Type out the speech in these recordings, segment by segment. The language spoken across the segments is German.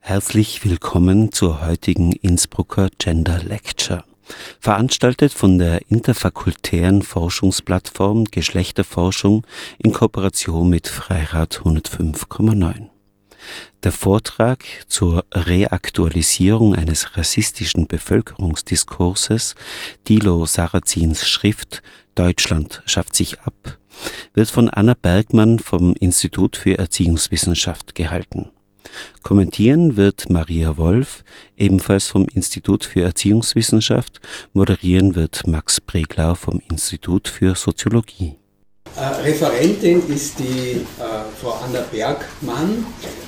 Herzlich willkommen zur heutigen Innsbrucker Gender Lecture, veranstaltet von der interfakultären Forschungsplattform Geschlechterforschung in Kooperation mit Freirad 105,9. Der Vortrag zur Reaktualisierung eines rassistischen Bevölkerungsdiskurses, Thilo Sarrazins Schrift Deutschland schafft sich ab, wird von Anna Bergmann vom Institut für Erziehungswissenschaft gehalten. Kommentieren wird Maria Wolf, ebenfalls vom Institut für Erziehungswissenschaft. Moderieren wird Max Breglau vom Institut für Soziologie. Referentin ist die Frau Anna Bergmann.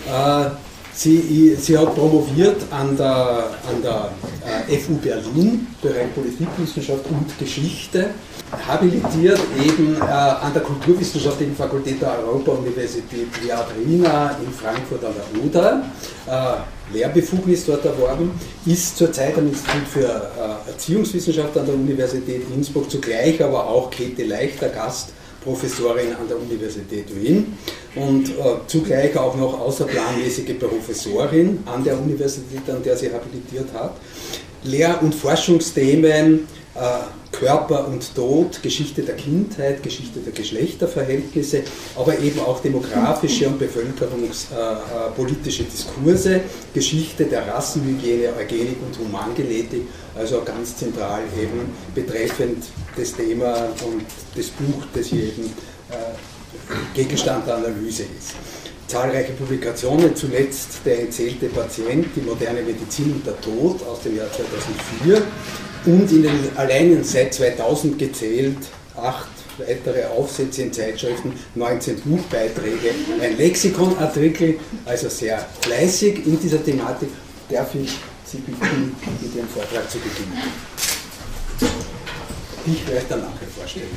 Sie hat promoviert an der FU Berlin, Bereich Politikwissenschaft und Geschichte, habilitiert eben an der Kulturwissenschaftlichen Fakultät der Europa-Universität Viadrina in Frankfurt an der Oder, Lehrbefugnis dort erworben, ist zurzeit am Institut für Erziehungswissenschaft an der Universität Innsbruck, zugleich aber auch Käthe Leichter, Gastprofessorin an der Universität Wien und zugleich auch noch außerplanmäßige Professorin an der Universität, an der sie habilitiert hat. Lehr- und Forschungsthemen Körper und Tod, Geschichte der Kindheit, Geschichte der Geschlechterverhältnisse, aber eben auch demografische und bevölkerungspolitische Diskurse, Geschichte der Rassenhygiene, Eugenik und Humangenetik, also ganz zentral eben betreffend das Thema und das Buch, das hier eben Gegenstand der Analyse ist. Zahlreiche Publikationen, zuletzt Der erzählte Patient, die moderne Medizin und der Tod aus dem Jahr 2004 und allein seit 2000 gezählt 8 weitere Aufsätze in Zeitschriften, 19 Buchbeiträge, ein Lexikonartikel, also sehr fleißig in dieser Thematik. Darf ich Sie bitten, mit Ihrem Vortrag zu beginnen? Ich werde dann nachher vorstellen.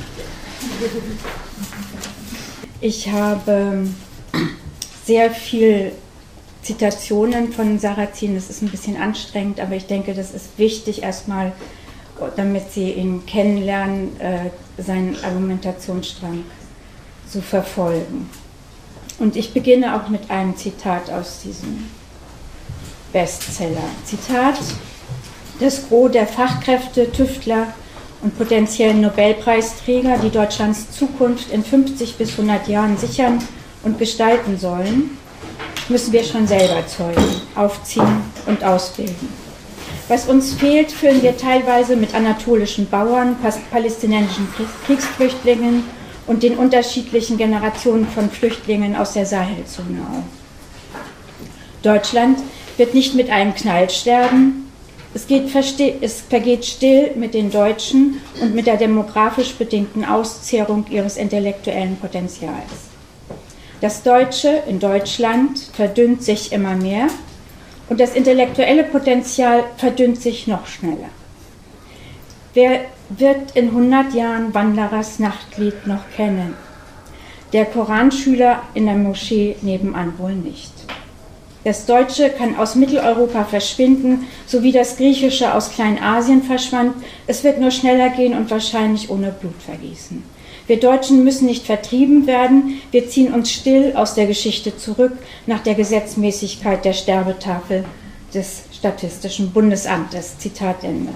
Ich habe sehr viel Zitationen von Sarrazin, das ist ein bisschen anstrengend, aber ich denke, das ist wichtig erstmal, damit Sie ihn kennenlernen, seinen Argumentationsstrang zu verfolgen. Und ich beginne auch mit einem Zitat aus diesem Bestseller. Zitat: Das Gros der Fachkräfte, Tüftler und potenziellen Nobelpreisträger, die Deutschlands Zukunft in 50 bis 100 Jahren sichern und gestalten sollen, müssen wir schon selber zeugen, aufziehen und ausbilden. Was uns fehlt, füllen wir teilweise mit anatolischen Bauern, palästinensischen Kriegsflüchtlingen und den unterschiedlichen Generationen von Flüchtlingen aus der Sahelzone auf. Deutschland wird nicht mit einem Knall sterben. Es vergeht still mit den Deutschen und mit der demografisch bedingten Auszehrung ihres intellektuellen Potenzials. Das Deutsche in Deutschland verdünnt sich immer mehr und das intellektuelle Potenzial verdünnt sich noch schneller. Wer wird in 100 Jahren Wanderers Nachtlied noch kennen? Der Koranschüler in der Moschee nebenan wohl nicht. Das Deutsche kann aus Mitteleuropa verschwinden, so wie das Griechische aus Kleinasien verschwand. Es wird nur schneller gehen und wahrscheinlich ohne Blutvergießen. Wir Deutschen müssen nicht vertrieben werden, wir ziehen uns still aus der Geschichte zurück nach der Gesetzmäßigkeit der Sterbetafel des Statistischen Bundesamtes. Zitat Ende.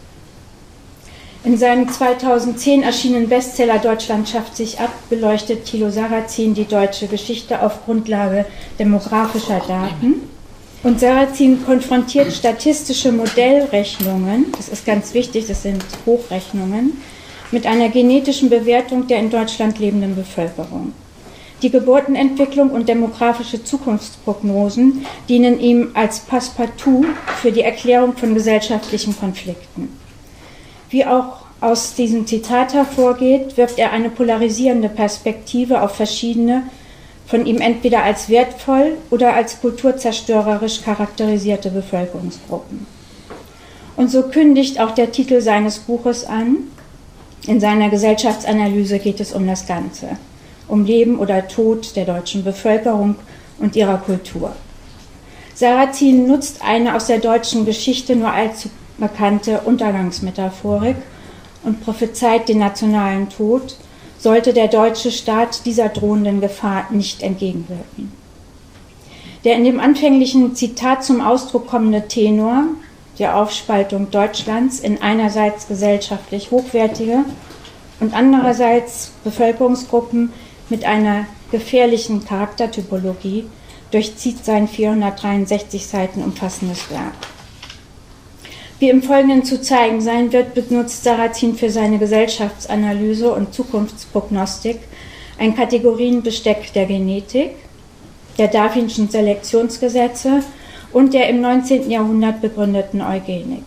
In seinem 2010 erschienenen Bestseller Deutschland schafft sich ab beleuchtet Thilo Sarrazin die deutsche Geschichte auf Grundlage demografischer Daten. Und Sarrazin konfrontiert statistische Modellrechnungen, das ist ganz wichtig, das sind Hochrechnungen, mit einer genetischen Bewertung der in Deutschland lebenden Bevölkerung. Die Geburtenentwicklung und demografische Zukunftsprognosen dienen ihm als Passepartout für die Erklärung von gesellschaftlichen Konflikten. Wie auch aus diesem Zitat hervorgeht, wirft er eine polarisierende Perspektive auf verschiedene, von ihm entweder als wertvoll oder als kulturzerstörerisch charakterisierte Bevölkerungsgruppen. Und so kündigt auch der Titel seines Buches an: In seiner Gesellschaftsanalyse geht es um das Ganze, um Leben oder Tod der deutschen Bevölkerung und ihrer Kultur. Sarrazin nutzt eine aus der deutschen Geschichte nur allzu bekannte Untergangsmetaphorik und prophezeit den nationalen Tod, sollte der deutsche Staat dieser drohenden Gefahr nicht entgegenwirken. Der in dem anfänglichen Zitat zum Ausdruck kommende Tenor der Aufspaltung Deutschlands in einerseits gesellschaftlich hochwertige und andererseits Bevölkerungsgruppen mit einer gefährlichen Charaktertypologie durchzieht sein 463 Seiten umfassendes Werk. Wie im Folgenden zu zeigen sein wird, benutzt Sarrazin für seine Gesellschaftsanalyse und Zukunftsprognostik ein Kategorienbesteck der Genetik, der Darwinschen Selektionsgesetze und der im 19. Jahrhundert begründeten Eugenik.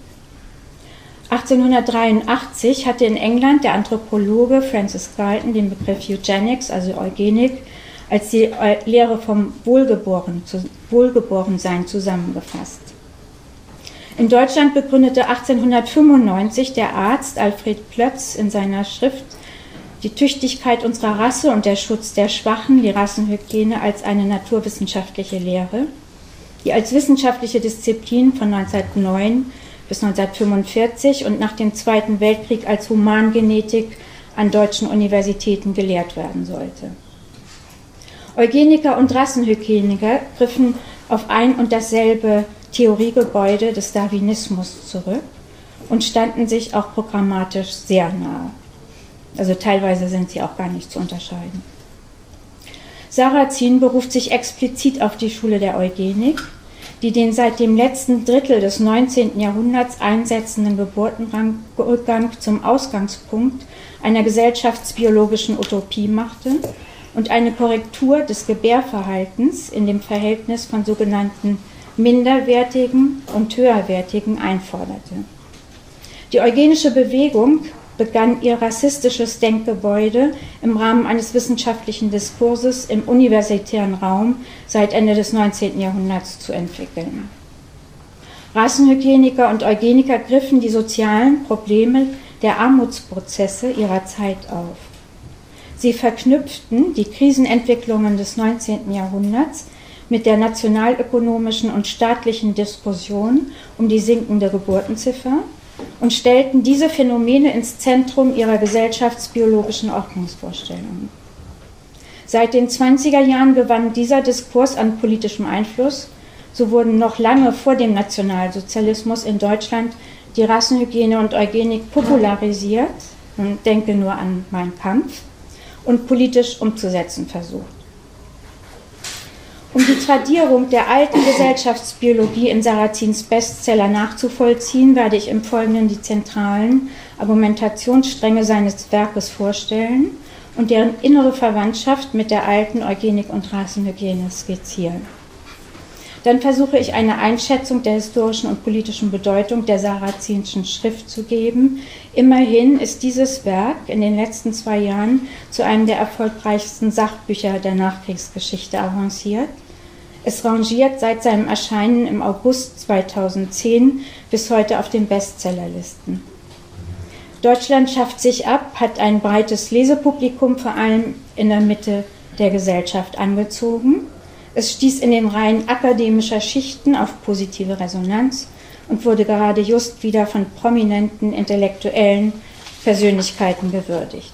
1883 hatte in England der Anthropologe Francis Galton den Begriff Eugenics, also Eugenik, als die Lehre vom Wohlgeborensein zusammengefasst. In Deutschland begründete 1895 der Arzt Alfred Plötz in seiner Schrift Die Tüchtigkeit unserer Rasse und der Schutz der Schwachen, die Rassenhygiene, als eine naturwissenschaftliche Lehre, die als wissenschaftliche Disziplin von 1909 bis 1945 und nach dem Zweiten Weltkrieg als Humangenetik an deutschen Universitäten gelehrt werden sollte. Eugeniker und Rassenhygieniker griffen auf ein und dasselbe Theoriegebäude des Darwinismus zurück und standen sich auch programmatisch sehr nahe. Also teilweise sind sie auch gar nicht zu unterscheiden. Sarrazin beruft sich explizit auf die Schule der Eugenik, die den seit dem letzten Drittel des 19. Jahrhunderts einsetzenden Geburtenrückgang zum Ausgangspunkt einer gesellschaftsbiologischen Utopie machte und eine Korrektur des Gebärverhaltens in dem Verhältnis von sogenannten Minderwertigen und Höherwertigen einforderte. Die eugenische Bewegung begann ihr rassistisches Denkgebäude im Rahmen eines wissenschaftlichen Diskurses im universitären Raum seit Ende des 19. Jahrhunderts zu entwickeln. Rassenhygieniker und Eugeniker griffen die sozialen Probleme der Armutsprozesse ihrer Zeit auf. Sie verknüpften die Krisenentwicklungen des 19. Jahrhunderts mit der nationalökonomischen und staatlichen Diskussion um die sinkende Geburtenziffer und stellten diese Phänomene ins Zentrum ihrer gesellschaftsbiologischen Ordnungsvorstellungen. Seit den 20er Jahren gewann dieser Diskurs an politischem Einfluss, so wurden noch lange vor dem Nationalsozialismus in Deutschland die Rassenhygiene und Eugenik popularisiert, man denke nur an Mein Kampf, und politisch umzusetzen versucht. Um die Tradierung der alten Gesellschaftsbiologie in Sarrazins Bestseller nachzuvollziehen, werde ich im Folgenden die zentralen Argumentationsstränge seines Werkes vorstellen und deren innere Verwandtschaft mit der alten Eugenik und Rassenhygiene skizzieren. Dann versuche ich eine Einschätzung der historischen und politischen Bedeutung der Sarrazinschen Schrift zu geben. Immerhin ist dieses Werk in den letzten 2 Jahren zu einem der erfolgreichsten Sachbücher der Nachkriegsgeschichte avanciert. Es rangiert seit seinem Erscheinen im August 2010 bis heute auf den Bestsellerlisten. Deutschland schafft sich ab, hat ein breites Lesepublikum vor allem in der Mitte der Gesellschaft angezogen. Es stieß in den Reihen akademischer Schichten auf positive Resonanz und wurde gerade just wieder von prominenten intellektuellen Persönlichkeiten gewürdigt.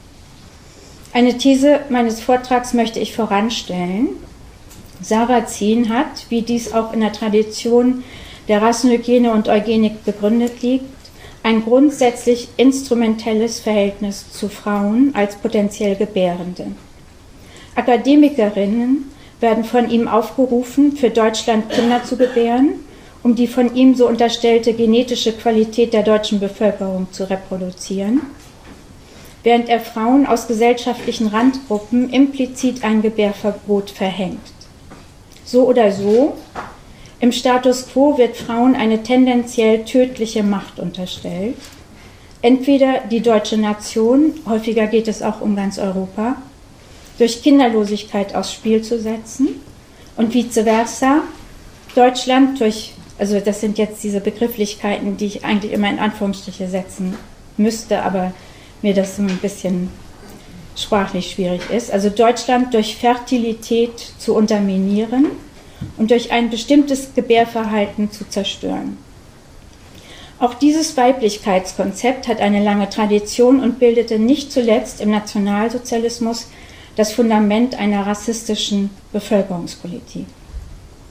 Eine These meines Vortrags möchte ich voranstellen. Sarrazin hat, wie dies auch in der Tradition der Rassenhygiene und Eugenik begründet liegt, ein grundsätzlich instrumentelles Verhältnis zu Frauen als potenziell Gebärende. Akademikerinnen werden von ihm aufgerufen, für Deutschland Kinder zu gebären, um die von ihm so unterstellte genetische Qualität der deutschen Bevölkerung zu reproduzieren, während er Frauen aus gesellschaftlichen Randgruppen implizit ein Gebärverbot verhängt. So oder so, im Status quo wird Frauen eine tendenziell tödliche Macht unterstellt. Entweder die deutsche Nation, häufiger geht es auch um ganz Europa, durch Kinderlosigkeit aufs Spiel zu setzen und vice versa, Deutschland durch, also das sind jetzt diese Begrifflichkeiten, die ich eigentlich immer in Anführungsstriche setzen müsste, aber mir das so ein bisschen sprachlich schwierig ist, also Deutschland durch Fertilität zu unterminieren und durch ein bestimmtes Gebärverhalten zu zerstören. Auch dieses Weiblichkeitskonzept hat eine lange Tradition und bildete nicht zuletzt im Nationalsozialismus das Fundament einer rassistischen Bevölkerungspolitik.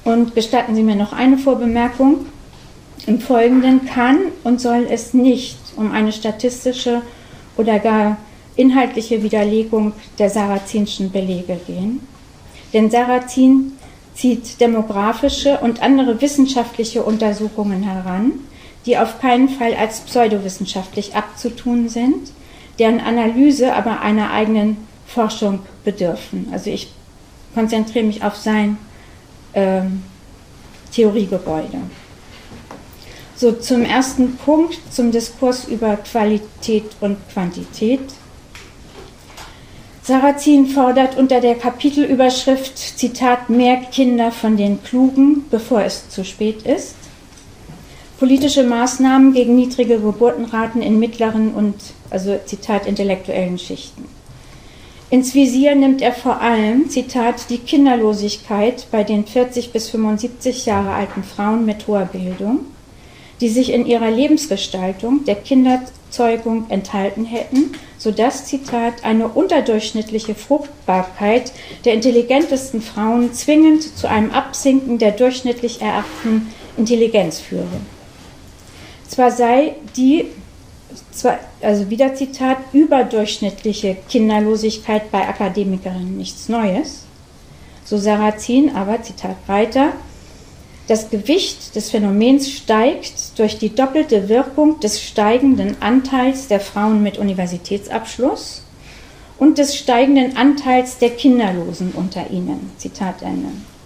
Und gestatten Sie mir noch eine Vorbemerkung. Im Folgenden kann und soll es nicht um eine statistische oder gar inhaltliche Widerlegung der Sarazinschen Belege gehen. Denn Sarrazin zieht demografische und andere wissenschaftliche Untersuchungen heran, die auf keinen Fall als pseudowissenschaftlich abzutun sind, deren Analyse aber einer eigenen Forschung bedürfen. Also ich konzentriere mich auf sein Theoriegebäude. So, zum ersten Punkt, zum Diskurs über Qualität und Quantität. Sarrazin fordert unter der Kapitelüberschrift, Zitat, mehr Kinder von den Klugen, bevor es zu spät ist, politische Maßnahmen gegen niedrige Geburtenraten in mittleren und, also Zitat, intellektuellen Schichten. Ins Visier nimmt er vor allem, Zitat, die Kinderlosigkeit bei den 40 bis 75 Jahre alten Frauen mit hoher Bildung, die sich in ihrer Lebensgestaltung der Kinderzeugung enthalten hätten, sodass, Zitat, eine unterdurchschnittliche Fruchtbarkeit der intelligentesten Frauen zwingend zu einem Absinken der durchschnittlich erachteten Intelligenz führe. Zwar sei die, also wieder Zitat, überdurchschnittliche Kinderlosigkeit bei Akademikerinnen nichts Neues, so Sarrazin, aber, Zitat weiter, das Gewicht des Phänomens steigt durch die doppelte Wirkung des steigenden Anteils der Frauen mit Universitätsabschluss und des steigenden Anteils der Kinderlosen unter ihnen. Zitat Ende.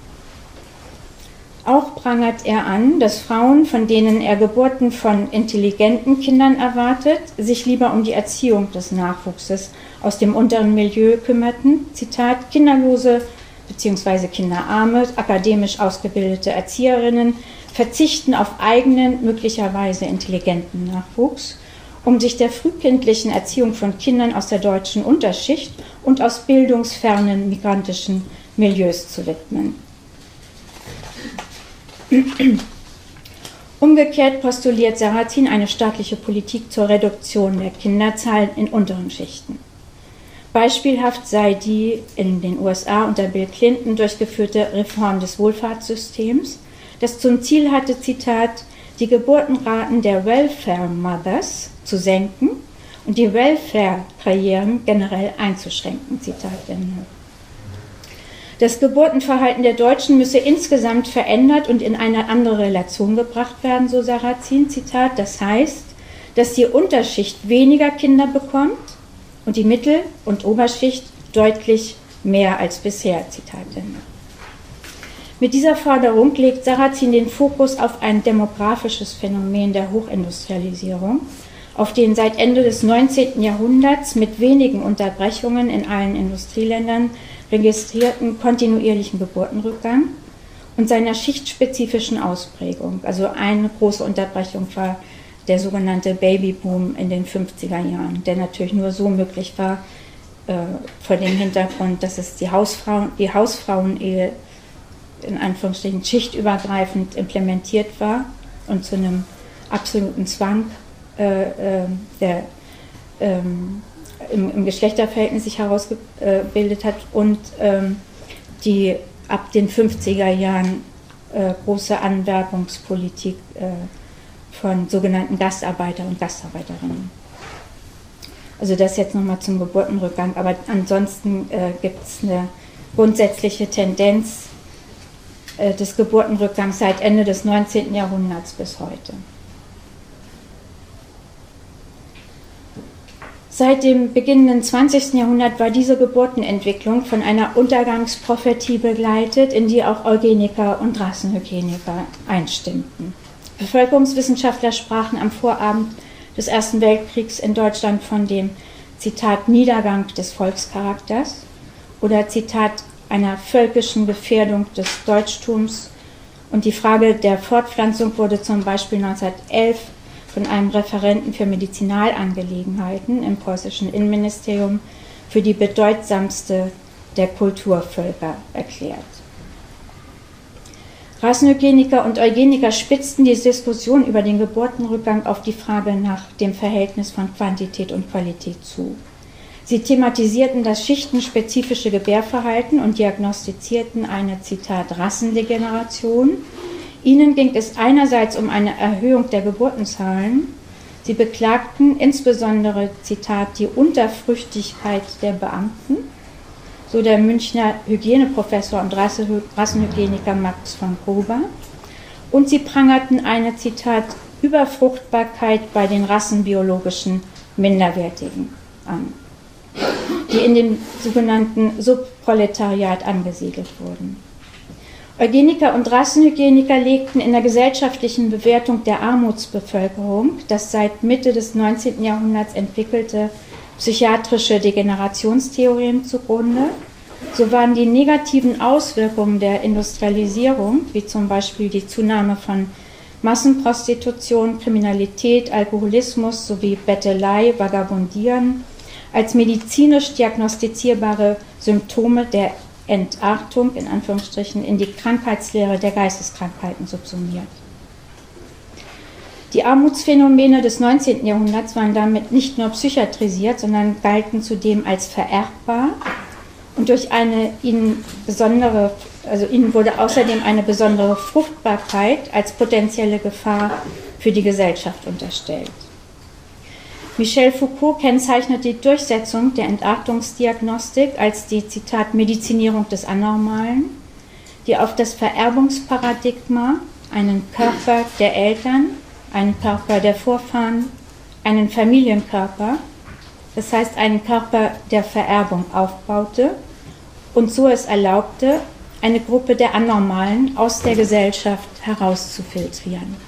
Auch prangert er an, dass Frauen, von denen er Geburten von intelligenten Kindern erwartet, sich lieber um die Erziehung des Nachwuchses aus dem unteren Milieu kümmerten. Zitat, kinderlose bzw. kinderarme, akademisch ausgebildete Erzieherinnen verzichten auf eigenen, möglicherweise intelligenten Nachwuchs, um sich der frühkindlichen Erziehung von Kindern aus der deutschen Unterschicht und aus bildungsfernen migrantischen Milieus zu widmen. Umgekehrt postuliert Sarrazin eine staatliche Politik zur Reduktion der Kinderzahlen in unteren Schichten. Beispielhaft sei die in den USA unter Bill Clinton durchgeführte Reform des Wohlfahrtssystems, das zum Ziel hatte, Zitat, die Geburtenraten der Welfare Mothers zu senken und die Welfare-Karrieren generell einzuschränken. Zitat Ende. Das Geburtenverhalten der Deutschen müsse insgesamt verändert und in eine andere Relation gebracht werden, so Sarrazin, Zitat. Das heißt, dass die Unterschicht weniger Kinder bekommt und die Mittel- und Oberschicht deutlich mehr als bisher. Zitat Ende. Mit dieser Forderung legt Sarrazin den Fokus auf ein demografisches Phänomen der Hochindustrialisierung, auf den seit Ende des 19. Jahrhunderts mit wenigen Unterbrechungen in allen Industrieländern registrierten kontinuierlichen Geburtenrückgang und seiner schichtspezifischen Ausprägung. Also eine große Unterbrechung war der sogenannte Babyboom in den 50er Jahren, der natürlich nur so möglich war, vor dem Hintergrund, dass es die Hausfrauenehe in Anführungsstrichen schichtübergreifend implementiert war und zu einem absoluten Zwang der im Geschlechterverhältnis sich herausgebildet hat und die ab den 50er Jahren große Anwerbungspolitik von sogenannten Gastarbeiter und Gastarbeiterinnen. Also das jetzt nochmal zum Geburtenrückgang, aber ansonsten gibt es eine grundsätzliche Tendenz des Geburtenrückgangs seit Ende des 19. Jahrhunderts bis heute. Seit dem beginnenden 20. Jahrhundert war diese Geburtenentwicklung von einer Untergangsprophetie begleitet, in die auch Eugeniker und Rassenhygieniker einstimmten. Bevölkerungswissenschaftler sprachen am Vorabend des Ersten Weltkriegs in Deutschland von dem, Zitat, Niedergang des Volkscharakters oder, Zitat, einer völkischen Gefährdung des Deutschtums. Und die Frage der Fortpflanzung wurde zum Beispiel 1911 von einem Referenten für Medizinalangelegenheiten im preußischen Innenministerium für die bedeutsamste der Kulturvölker erklärt. Rassenhygieniker und Eugeniker spitzten die Diskussion über den Geburtenrückgang auf die Frage nach dem Verhältnis von Quantität und Qualität zu. Sie thematisierten das schichtenspezifische Gebärverhalten und diagnostizierten eine, Zitat, Rassendegeneration. Ihnen ging es einerseits um eine Erhöhung der Geburtenzahlen. Sie beklagten insbesondere, Zitat, die Unterfrüchtigkeit der Beamten, so der Münchner Hygieneprofessor und Rassenhygieniker Max von Gruber. Und sie prangerten eine, Zitat, Überfruchtbarkeit bei den rassenbiologischen Minderwertigen an, die in dem sogenannten Subproletariat angesiedelt wurden. Eugeniker und Rassenhygieniker legten in der gesellschaftlichen Bewertung der Armutsbevölkerung das seit Mitte des 19. Jahrhunderts entwickelte psychiatrische Degenerationstheorien zugrunde. So waren die negativen Auswirkungen der Industrialisierung, wie zum Beispiel die Zunahme von Massenprostitution, Kriminalität, Alkoholismus sowie Bettelei, Vagabundieren, als medizinisch diagnostizierbare Symptome der Entartung in Anführungsstrichen in die Krankheitslehre der Geisteskrankheiten subsumiert. Die Armutsphänomene des 19. Jahrhunderts waren damit nicht nur psychiatrisiert, sondern galten zudem als vererbbar und durch eine ihnen wurde außerdem eine besondere Fruchtbarkeit als potenzielle Gefahr für die Gesellschaft unterstellt. Michel Foucault kennzeichnet die Durchsetzung der Entartungsdiagnostik als die, Zitat, Medizinierung des Anormalen, die auf das Vererbungsparadigma, einen Körper der Eltern, einen Körper der Vorfahren, einen Familienkörper, das heißt einen Körper der Vererbung aufbaute und so es erlaubte, eine Gruppe der Anormalen aus der Gesellschaft herauszufiltrieren.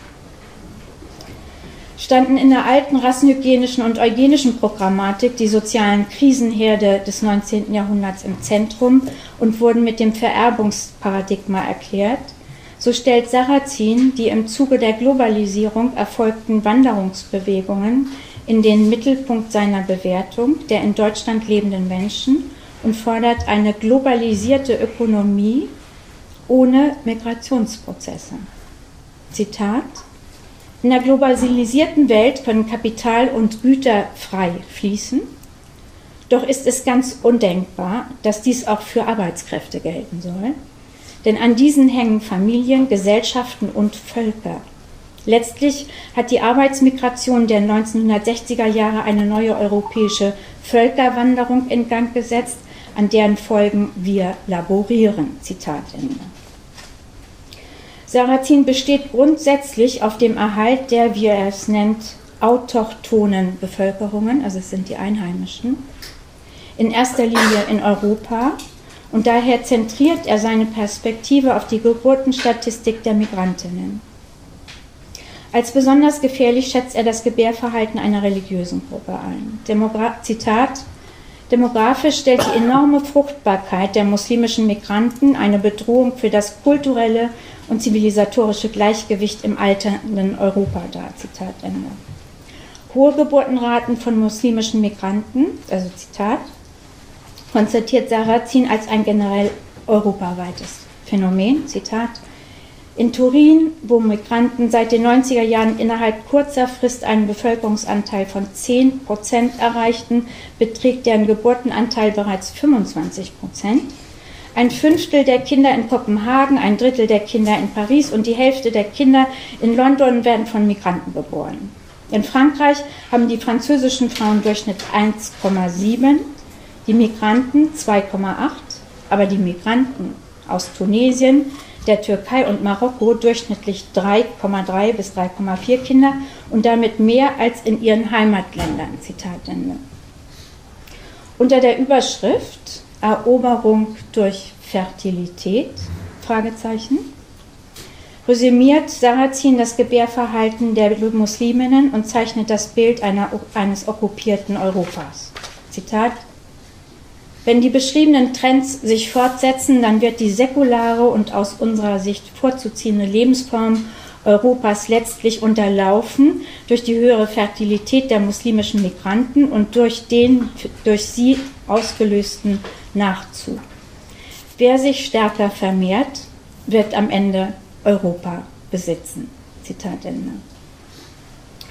Standen in der alten rassenhygienischen und eugenischen Programmatik die sozialen Krisenherde des 19. Jahrhunderts im Zentrum und wurden mit dem Vererbungsparadigma erklärt, so stellt Sarrazin die im Zuge der Globalisierung erfolgten Wanderungsbewegungen in den Mittelpunkt seiner Bewertung der in Deutschland lebenden Menschen und fordert eine globalisierte Ökonomie ohne Migrationsprozesse. Zitat: In der globalisierten Welt können Kapital und Güter frei fließen, doch ist es ganz undenkbar, dass dies auch für Arbeitskräfte gelten soll, denn an diesen hängen Familien, Gesellschaften und Völker. Letztlich hat die Arbeitsmigration der 1960er Jahre eine neue europäische Völkerwanderung in Gang gesetzt, an deren Folgen wir laborieren. Zitat Ende. Sarrazin besteht grundsätzlich auf dem Erhalt der, wie er es nennt, autochthonen Bevölkerungen, also es sind die Einheimischen, in erster Linie in Europa, und daher zentriert er seine Perspektive auf die Geburtenstatistik der Migrantinnen. Als besonders gefährlich schätzt er das Gebärverhalten einer religiösen Gruppe ein. Zitat: Demografisch stellt die enorme Fruchtbarkeit der muslimischen Migranten eine Bedrohung für das kulturelle und zivilisatorische Gleichgewicht im alternden Europa dar. Zitat Ende. Hohe Geburtenraten von muslimischen Migranten, also Zitat, konstatiert Sarrazin als ein generell europaweites Phänomen. Zitat: In Turin, wo Migranten seit den 90er Jahren innerhalb kurzer Frist einen Bevölkerungsanteil von 10% erreichten, beträgt deren Geburtenanteil bereits 25%. Ein Fünftel der Kinder in Kopenhagen, ein Drittel der Kinder in Paris und die Hälfte der Kinder in London werden von Migranten geboren. In Frankreich haben die französischen Frauen Durchschnitt 1,7, die Migranten 2,8, aber die Migranten aus Tunesien, der Türkei und Marokko durchschnittlich 3,3 bis 3,4 Kinder und damit mehr als in ihren Heimatländern. Zitat Ende. Unter der Überschrift Eroberung durch Fertilität, Fragezeichen, resümiert Sarrazin das Gebärverhalten der Musliminnen und zeichnet das Bild eines okkupierten Europas. Zitat: Wenn die beschriebenen Trends sich fortsetzen, dann wird die säkulare und aus unserer Sicht vorzuziehende Lebensform Europas letztlich unterlaufen durch die höhere Fertilität der muslimischen Migranten und durch den durch sie ausgelösten Nachzug. Wer sich stärker vermehrt, wird am Ende Europa besitzen. Zitat Ende.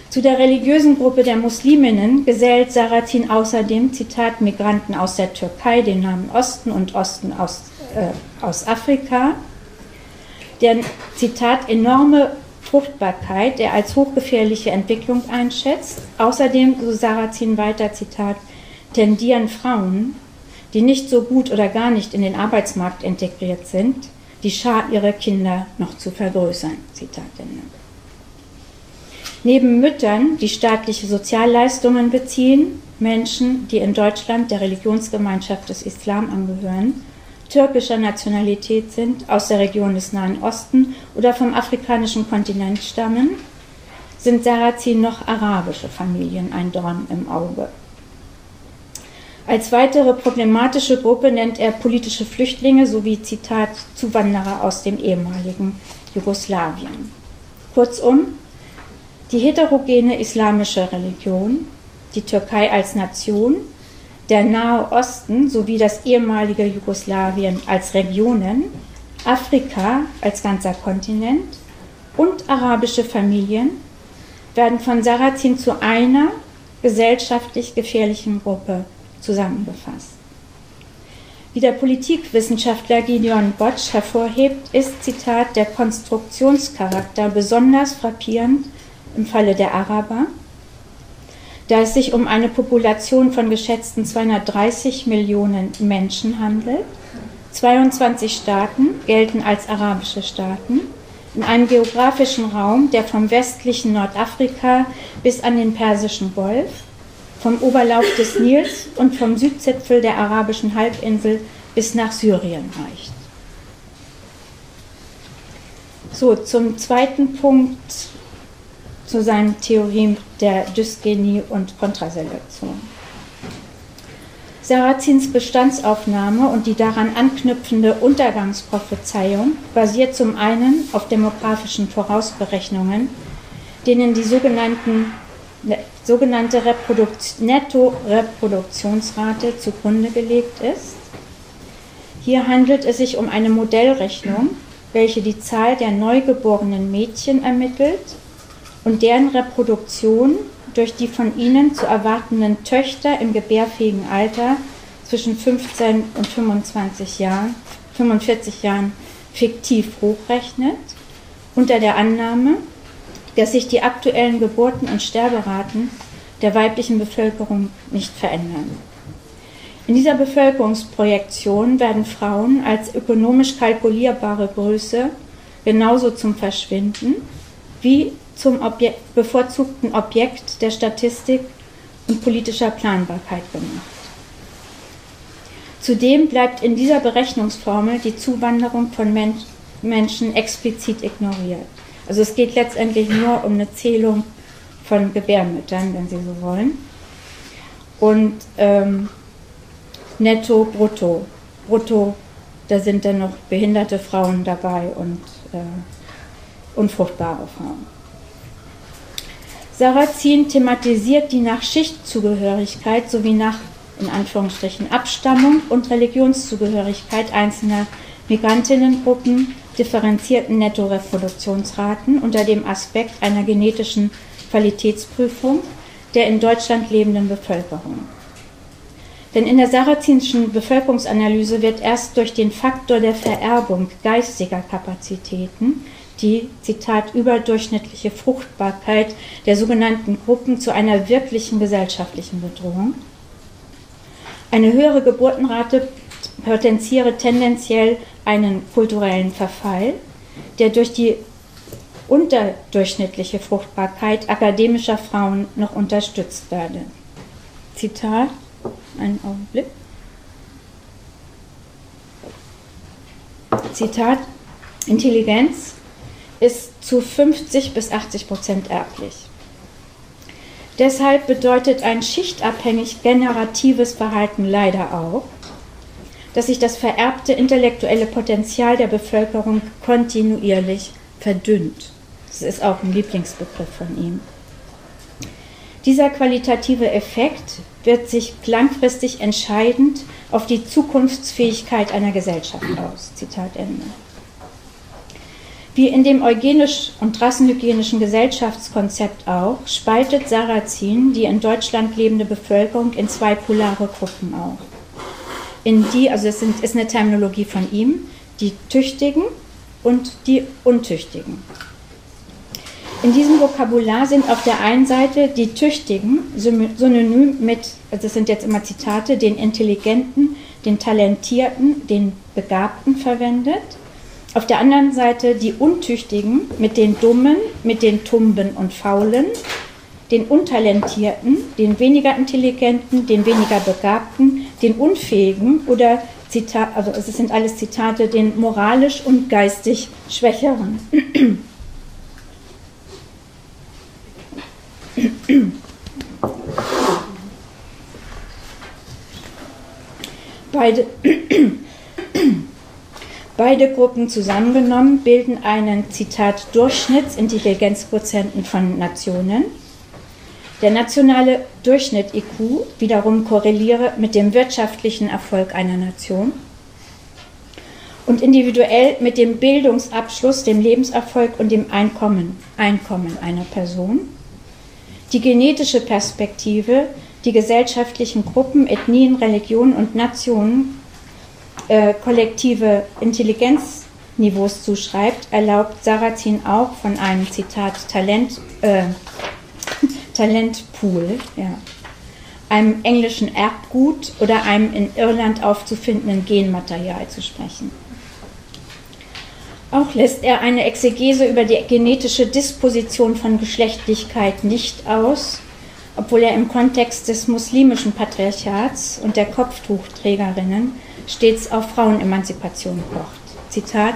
Zu der religiösen Gruppe der Musliminnen gesellt Sarrazin außerdem, Zitat, Migranten aus der Türkei, dem Nahen Osten und Osten aus Afrika, deren, Zitat, enorme Fruchtbarkeit er als hochgefährliche Entwicklung einschätzt. Außerdem, so Sarrazin weiter, Zitat, tendieren Frauen, die nicht so gut oder gar nicht in den Arbeitsmarkt integriert sind, die Schar ihrer Kinder noch zu vergrößern. Zitat Ende. Neben Müttern, die staatliche Sozialleistungen beziehen, Menschen, die in Deutschland der Religionsgemeinschaft des Islam angehören, türkischer Nationalität sind, aus der Region des Nahen Osten oder vom afrikanischen Kontinent stammen, sind Sarrazin noch arabische Familien ein Dorn im Auge. Als weitere problematische Gruppe nennt er politische Flüchtlinge sowie, Zitat, Zuwanderer aus dem ehemaligen Jugoslawien. Kurzum, die heterogene islamische Religion, die Türkei als Nation, der Nahe Osten sowie das ehemalige Jugoslawien als Regionen, Afrika als ganzer Kontinent und arabische Familien werden von Sarrazin zu einer gesellschaftlich gefährlichen Gruppe zusammengefasst. Wie der Politikwissenschaftler Gideon Botsch hervorhebt, ist, Zitat, der Konstruktionscharakter besonders frappierend im Falle der Araber, da es sich um eine Population von geschätzten 230 Millionen Menschen handelt. 22 Staaten gelten als arabische Staaten, in einem geografischen Raum, der vom westlichen Nordafrika bis an den Persischen Golf, vom Oberlauf des Nils und vom Südzipfel der arabischen Halbinsel bis nach Syrien reicht. So, zum zweiten Punkt, zu seinen Theorien der Dysgenie und Kontraselektion. Sarrazins Bestandsaufnahme und die daran anknüpfende Untergangsprophezeiung basiert zum einen auf demografischen Vorausberechnungen, denen die sogenannte Netto-Reproduktionsrate zugrunde gelegt ist. Hier handelt es sich um eine Modellrechnung, welche die Zahl der neugeborenen Mädchen ermittelt und deren Reproduktion durch die von ihnen zu erwartenden Töchter im gebärfähigen Alter zwischen 15 und 45 Jahren fiktiv hochrechnet, unter der Annahme, dass sich die aktuellen Geburten- und Sterberaten der weiblichen Bevölkerung nicht verändern. In dieser Bevölkerungsprojektion werden Frauen als ökonomisch kalkulierbare Größe genauso zum Verschwinden wie zum bevorzugten Objekt der Statistik und politischer Planbarkeit gemacht. Zudem bleibt in dieser Berechnungsformel die Zuwanderung von Menschen explizit ignoriert. Also es geht letztendlich nur um eine Zählung von Gebärmüttern, wenn Sie so wollen. Und netto, brutto. Brutto, da sind dann noch behinderte Frauen dabei und unfruchtbare Frauen. Sarrazin thematisiert die nach Schichtzugehörigkeit sowie nach, in Anführungsstrichen, Abstammung und Religionszugehörigkeit einzelner Migrantinnengruppen differenzierten Nettoreproduktionsraten unter dem Aspekt einer genetischen Qualitätsprüfung der in Deutschland lebenden Bevölkerung. Denn in der sarrazinschen Bevölkerungsanalyse wird erst durch den Faktor der Vererbung geistiger Kapazitäten die, Zitat, überdurchschnittliche Fruchtbarkeit der sogenannten Gruppen zu einer wirklichen gesellschaftlichen Bedrohung. Eine höhere Geburtenrate potenziere tendenziell einen kulturellen Verfall, der durch die unterdurchschnittliche Fruchtbarkeit akademischer Frauen noch unterstützt werde. Zitat, einen Augenblick. Zitat, Intelligenz ist zu 50 bis 80% erblich. Deshalb bedeutet ein schichtabhängig generatives Verhalten leider auch, dass sich das vererbte intellektuelle Potenzial der Bevölkerung kontinuierlich verdünnt. Das ist auch ein Lieblingsbegriff von ihm. Dieser qualitative Effekt wirkt sich langfristig entscheidend auf die Zukunftsfähigkeit einer Gesellschaft aus. Zitat Ende. Wie in dem eugenisch- und rassenhygienischen Gesellschaftskonzept auch, spaltet Sarrazin die in Deutschland lebende Bevölkerung in zwei polare Gruppen auf. Also es ist eine Terminologie von ihm, die Tüchtigen und die Untüchtigen. In diesem Vokabular sind auf der einen Seite die Tüchtigen synonym mit, also das sind jetzt immer Zitate, den Intelligenten, den Talentierten, den Begabten verwendet. Auf der anderen Seite die Untüchtigen mit den Dummen, mit den Tumben und Faulen, den Untalentierten, den weniger Intelligenten, den weniger Begabten, den Unfähigen oder, also es sind alles Zitate, den moralisch und geistig Schwächeren. Beide Gruppen zusammengenommen bilden einen, Zitat, Durchschnittsintelligenzquotienten von Nationen. Der nationale Durchschnitt IQ wiederum korreliere mit dem wirtschaftlichen Erfolg einer Nation und individuell mit dem Bildungsabschluss, dem Lebenserfolg und dem Einkommen einer Person. Die genetische Perspektive, die gesellschaftlichen Gruppen, Ethnien, Religionen und Nationen kollektive Intelligenzniveaus zuschreibt, erlaubt Sarrazin auch von einem, Zitat, Talentpool, ja, einem englischen Erbgut oder einem in Irland aufzufindenden Genmaterial zu sprechen. Auch lässt er eine Exegese über die genetische Disposition von Geschlechtlichkeit nicht aus, obwohl er im Kontext des muslimischen Patriarchats und der Kopftuchträgerinnen stets auf Frauenemanzipation pocht. Zitat: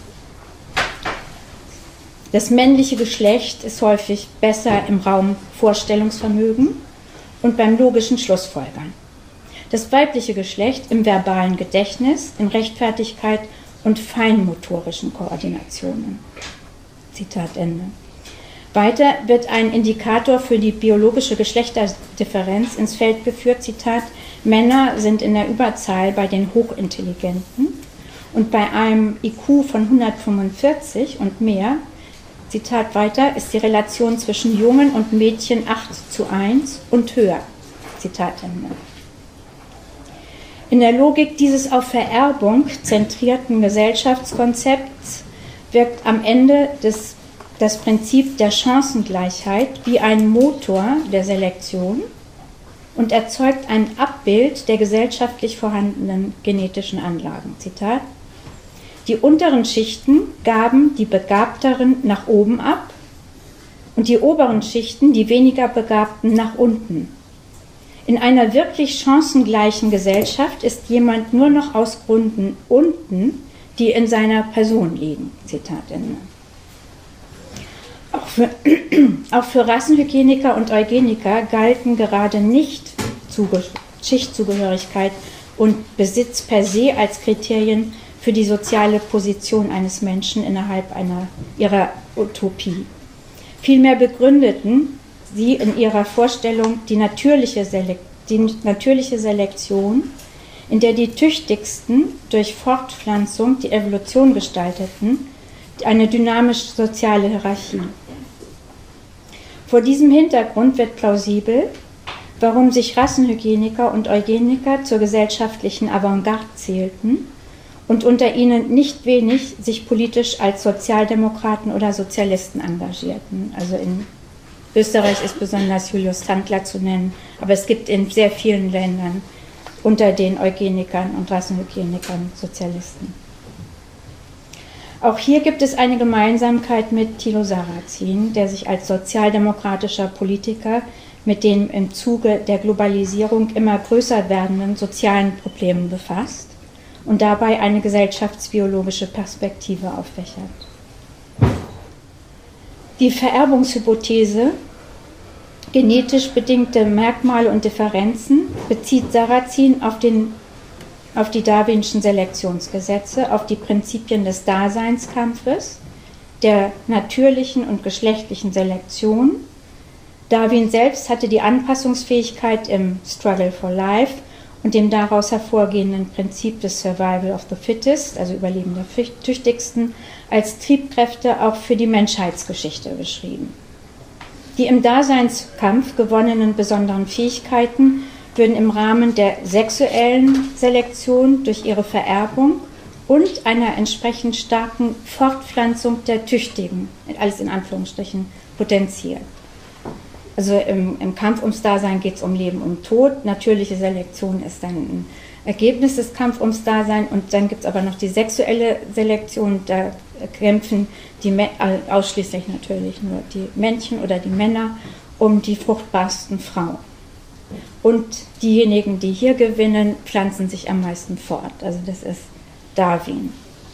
Das männliche Geschlecht ist häufig besser im Raum Vorstellungsvermögen und beim logischen Schlussfolgern. Das weibliche Geschlecht im verbalen Gedächtnis, in Rechtfertigkeit und feinmotorischen Koordinationen. Zitat Ende. Weiter wird ein Indikator für die biologische Geschlechterdifferenz ins Feld geführt, Zitat: Männer sind in der Überzahl bei den Hochintelligenten und bei einem IQ von 145 und mehr, Zitat weiter, ist die Relation zwischen Jungen und Mädchen 8:1 und höher. Zitat Ende. In der Logik dieses auf Vererbung zentrierten Gesellschaftskonzepts wirkt am Ende das Prinzip der Chancengleichheit wie ein Motor der Selektion und erzeugt ein Abbild der gesellschaftlich vorhandenen genetischen Anlagen. Zitat: Die unteren Schichten gaben die Begabteren nach oben ab und die oberen Schichten die weniger Begabten nach unten. In einer wirklich chancengleichen Gesellschaft ist jemand nur noch aus Gründen unten, die in seiner Person liegen. Zitat Ende. Auch für Rassenhygieniker und Eugeniker galten gerade nicht Schichtzugehörigkeit und Besitz per se als Kriterien für die soziale Position eines Menschen innerhalb ihrer Utopie. Vielmehr begründeten sie in ihrer Vorstellung die natürliche Selektion, in der die Tüchtigsten durch Fortpflanzung die Evolution gestalteten, eine dynamische soziale Hierarchie. Vor diesem Hintergrund wird plausibel, warum sich Rassenhygieniker und Eugeniker zur gesellschaftlichen Avantgarde zählten und unter ihnen nicht wenig sich politisch als Sozialdemokraten oder Sozialisten engagierten. Also in Österreich ist besonders Julius Tandler zu nennen, aber es gibt in sehr vielen Ländern unter den Eugenikern und Rassenhygienikern Sozialisten. Auch hier gibt es eine Gemeinsamkeit mit Thilo Sarrazin, der sich als sozialdemokratischer Politiker mit den im Zuge der Globalisierung immer größer werdenden sozialen Problemen befasst und dabei eine gesellschaftsbiologische Perspektive auffächert. Die Vererbungshypothese, genetisch bedingte Merkmale und Differenzen, bezieht Sarrazin auf die darwinschen Selektionsgesetze, auf die Prinzipien des Daseinskampfes, der natürlichen und geschlechtlichen Selektion. Darwin selbst hatte die Anpassungsfähigkeit im Struggle for Life und dem daraus hervorgehenden Prinzip des Survival of the Fittest, also Überleben der Tüchtigsten, als Triebkräfte auch für die Menschheitsgeschichte beschrieben. Die im Daseinskampf gewonnenen besonderen Fähigkeiten würden im Rahmen der sexuellen Selektion durch ihre Vererbung und einer entsprechend starken Fortpflanzung der Tüchtigen, alles in Anführungsstrichen, potenziert. Also im Kampf ums Dasein geht es um Leben und Tod. Natürliche Selektion ist dann ein Ergebnis des Kampfs ums Dasein. Und dann gibt es aber noch die sexuelle Selektion. Da kämpfen ausschließlich natürlich nur die Männchen oder die Männer um die fruchtbarsten Frauen. Und diejenigen, die hier gewinnen, pflanzen sich am meisten fort. Also das ist Darwin.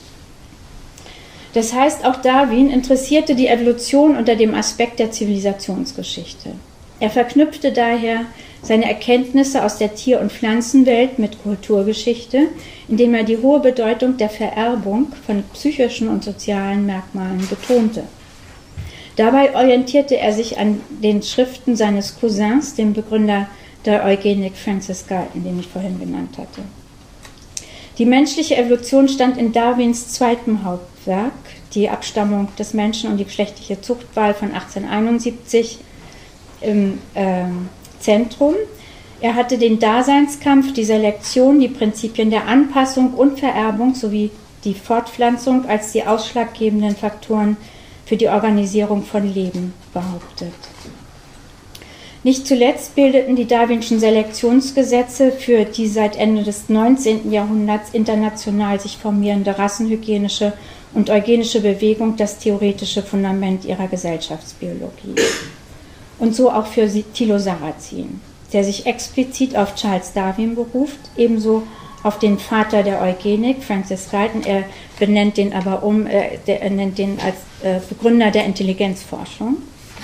Das heißt, auch Darwin interessierte die Evolution unter dem Aspekt der Zivilisationsgeschichte. Er verknüpfte daher seine Erkenntnisse aus der Tier- und Pflanzenwelt mit Kulturgeschichte, indem er die hohe Bedeutung der Vererbung von psychischen und sozialen Merkmalen betonte. Dabei orientierte er sich an den Schriften seines Cousins, dem Begründer der Eugenik, Francis Galton, den ich vorhin genannt hatte. Die menschliche Evolution stand in Darwins zweitem Hauptwerk, die Abstammung des Menschen und die geschlechtliche Zuchtwahl von 1871, im Zentrum. Er hatte den Daseinskampf, die Selektion, die Prinzipien der Anpassung und Vererbung sowie die Fortpflanzung als die ausschlaggebenden Faktoren für die Organisierung von Leben behauptet. Nicht zuletzt bildeten die Darwinschen Selektionsgesetze für die seit Ende des 19. Jahrhunderts international sich formierende rassenhygienische und eugenische Bewegung das theoretische Fundament ihrer Gesellschaftsbiologie. Und so auch für Thilo Sarrazin, der sich explizit auf Charles Darwin beruft, ebenso auf den Vater der Eugenik, Francis Galton. Er benennt den aber er nennt den als Begründer der Intelligenzforschung.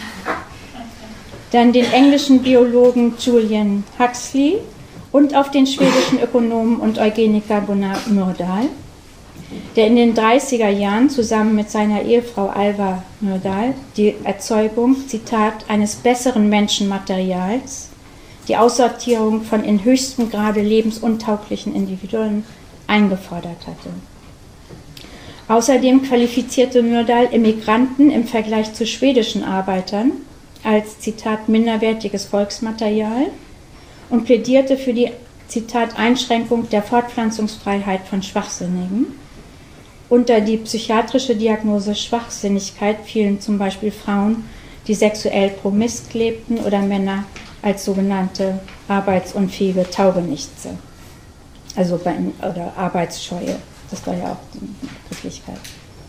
Dann den englischen Biologen Julian Huxley und auf den schwedischen Ökonomen und Eugeniker Gunnar Myrdal, der in den 30er Jahren zusammen mit seiner Ehefrau Alva Myrdal die Erzeugung, Zitat, eines besseren Menschenmaterials, die Aussortierung von in höchstem Grade lebensuntauglichen Individuen eingefordert hatte. Außerdem qualifizierte Myrdal Immigranten im Vergleich zu schwedischen Arbeitern als, Zitat, minderwertiges Volksmaterial und plädierte für die, Zitat, Einschränkung der Fortpflanzungsfreiheit von Schwachsinnigen. Unter die psychiatrische Diagnose Schwachsinnigkeit fielen zum Beispiel Frauen, die sexuell promiskt lebten, oder Männer als sogenannte arbeitsunfähige Taugenichtse, oder Arbeitsscheue. Das war ja auch die Begrifflichkeit.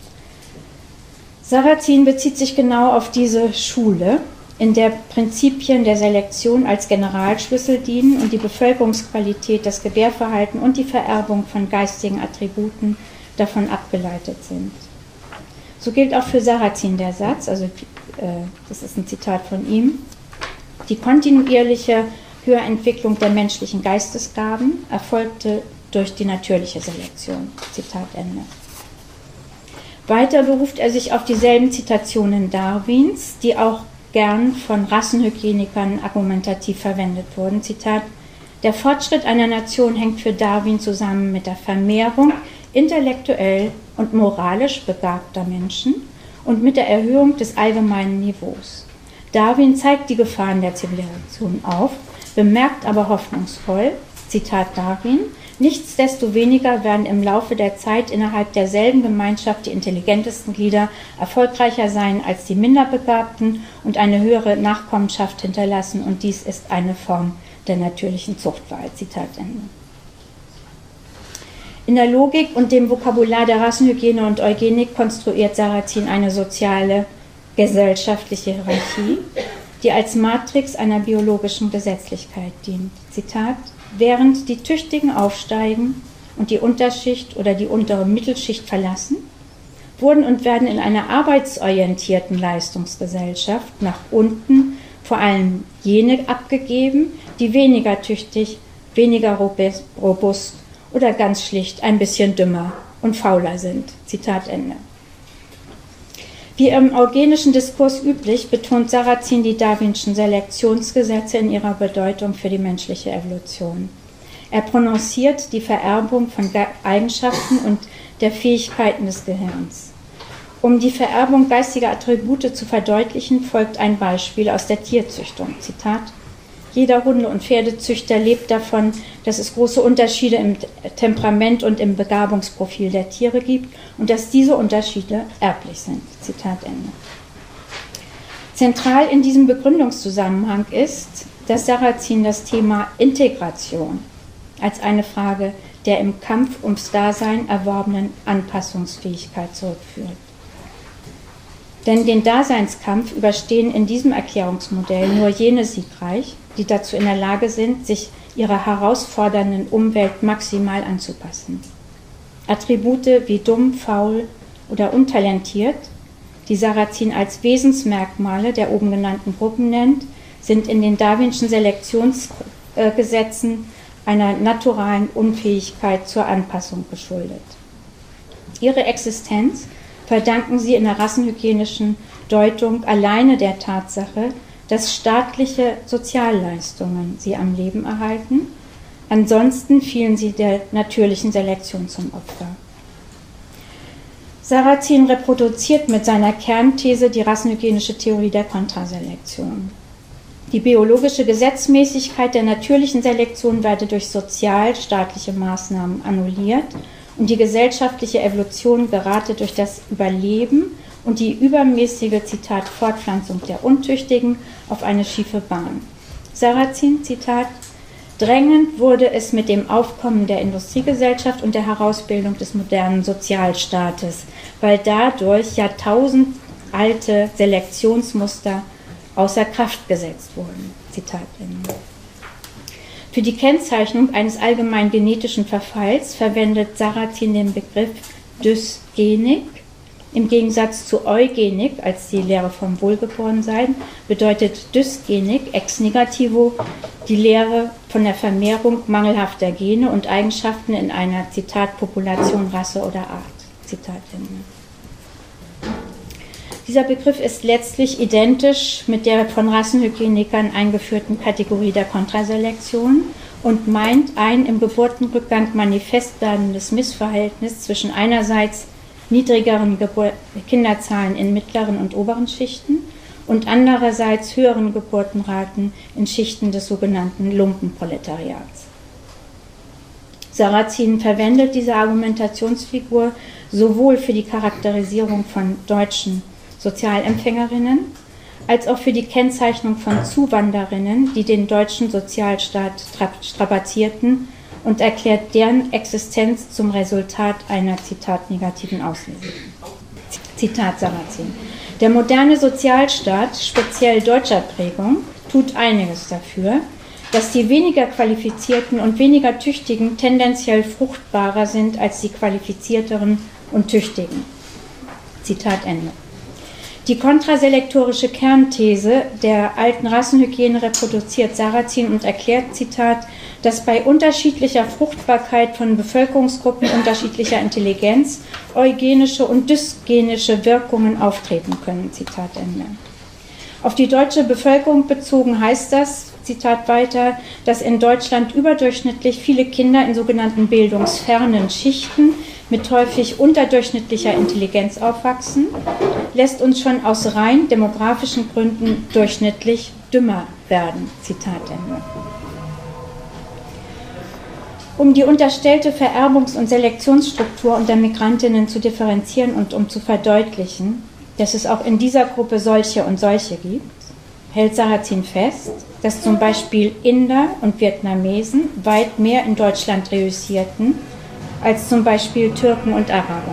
Sarrazin bezieht sich genau auf diese Schule, in der Prinzipien der Selektion als Generalschlüssel dienen und die Bevölkerungsqualität, das Gebärverhalten und die Vererbung von geistigen Attributen davon abgeleitet sind. So gilt auch für Sarrazin der Satz, das ist ein Zitat von ihm, die kontinuierliche Höherentwicklung der menschlichen Geistesgaben erfolgte durch die natürliche Selektion. Zitat Ende. Weiter beruft er sich auf dieselben Zitationen Darwins, die auch gern von Rassenhygienikern argumentativ verwendet wurden. Zitat: Der Fortschritt einer Nation hängt für Darwin zusammen mit der Vermehrung intellektuell und moralisch begabter Menschen und mit der Erhöhung des allgemeinen Niveaus. Darwin zeigt die Gefahren der Zivilisation auf, bemerkt aber hoffnungsvoll, Zitat Darwin, nichtsdestoweniger werden im Laufe der Zeit innerhalb derselben Gemeinschaft die intelligentesten Glieder erfolgreicher sein als die minderbegabten und eine höhere Nachkommenschaft hinterlassen, und dies ist eine Form der natürlichen Zuchtwahl. Zitat Ende. In der Logik und dem Vokabular der Rassenhygiene und Eugenik konstruiert Sarrazin eine soziale, gesellschaftliche Hierarchie, die als Matrix einer biologischen Gesetzlichkeit dient. Zitat: Während die Tüchtigen aufsteigen und die Unterschicht oder die untere Mittelschicht verlassen, wurden und werden in einer arbeitsorientierten Leistungsgesellschaft nach unten vor allem jene abgegeben, die weniger tüchtig, weniger robust oder ganz schlicht ein bisschen dümmer und fauler sind. Zitat Ende. Wie im eugenischen Diskurs üblich, betont Sarrazin die Darwinschen Selektionsgesetze in ihrer Bedeutung für die menschliche Evolution. Er prononciert die Vererbung von Eigenschaften und der Fähigkeiten des Gehirns. Um die Vererbung geistiger Attribute zu verdeutlichen, folgt ein Beispiel aus der Tierzüchtung. Zitat: Jeder Hunde- und Pferdezüchter lebt davon, dass es große Unterschiede im Temperament und im Begabungsprofil der Tiere gibt und dass diese Unterschiede erblich sind. Zitat Ende. Zentral in diesem Begründungszusammenhang ist, dass Sarrazin das Thema Integration als eine Frage der im Kampf ums Dasein erworbenen Anpassungsfähigkeit zurückführt. Denn den Daseinskampf überstehen in diesem Erklärungsmodell nur jene siegreich, die dazu in der Lage sind, sich ihrer herausfordernden Umwelt maximal anzupassen. Attribute wie dumm, faul oder untalentiert, die Sarrazin als Wesensmerkmale der oben genannten Gruppen nennt, sind in den Darwinschen Selektionsgesetzen einer naturalen Unfähigkeit zur Anpassung geschuldet. Ihre Existenz verdanken sie in der rassenhygienischen Deutung alleine der Tatsache, dass staatliche Sozialleistungen sie am Leben erhalten. Ansonsten fielen sie der natürlichen Selektion zum Opfer. Sarrazin reproduziert mit seiner Kernthese die rassenhygienische Theorie der Kontraselektion. Die biologische Gesetzmäßigkeit der natürlichen Selektion werde durch sozialstaatliche Maßnahmen annulliert und die gesellschaftliche Evolution gerate durch das Überleben und die übermäßige, Zitat, Fortpflanzung der Untüchtigen auf eine schiefe Bahn. Sarrazin, Zitat: Drängend wurde es mit dem Aufkommen der Industriegesellschaft und der Herausbildung des modernen Sozialstaates, weil dadurch jahrtausendalte Selektionsmuster außer Kraft gesetzt wurden. Zitat Ende. Für die Kennzeichnung eines allgemein genetischen Verfalls verwendet Sarrazin den Begriff Dysgenik. Im Gegensatz zu Eugenik, als die Lehre vom Wohlgeborensein, bedeutet Dysgenik ex negativo die Lehre von der Vermehrung mangelhafter Gene und Eigenschaften in einer, Zitat, Population, Rasse oder Art. Zitat Ende. Dieser Begriff ist letztlich identisch mit der von Rassenhygienikern eingeführten Kategorie der Kontraselektion und meint ein im Geburtenrückgang manifest werdendes Missverhältnis zwischen einerseits niedrigeren Kinderzahlen in mittleren und oberen Schichten und andererseits höheren Geburtenraten in Schichten des sogenannten Lumpenproletariats. Sarrazin verwendet diese Argumentationsfigur sowohl für die Charakterisierung von deutschen Sozialempfängerinnen als auch für die Kennzeichnung von Zuwanderinnen, die den deutschen Sozialstaat strapazierten, und erklärt deren Existenz zum Resultat einer, Zitat, negativen Auslesung. Zitat Sarrazin: Der moderne Sozialstaat, speziell deutscher Prägung, tut einiges dafür, dass die weniger Qualifizierten und weniger Tüchtigen tendenziell fruchtbarer sind als die Qualifizierteren und Tüchtigen. Zitat Ende. Die kontraselektorische Kernthese der alten Rassenhygiene reproduziert Sarrazin und erklärt, Zitat, dass bei unterschiedlicher Fruchtbarkeit von Bevölkerungsgruppen unterschiedlicher Intelligenz eugenische und dysgenische Wirkungen auftreten können. Zitat Ende. Auf die deutsche Bevölkerung bezogen heißt das, Zitat weiter, dass in Deutschland überdurchschnittlich viele Kinder in sogenannten bildungsfernen Schichten mit häufig unterdurchschnittlicher Intelligenz aufwachsen, lässt uns schon aus rein demografischen Gründen durchschnittlich dümmer werden. Zitat Ende. Um die unterstellte Vererbungs- und Selektionsstruktur unter Migrantinnen zu differenzieren und um zu verdeutlichen, dass es auch in dieser Gruppe solche und solche gibt, hält Sarrazin fest, dass zum Beispiel Inder und Vietnamesen weit mehr in Deutschland reüssierten als zum Beispiel Türken und Araber.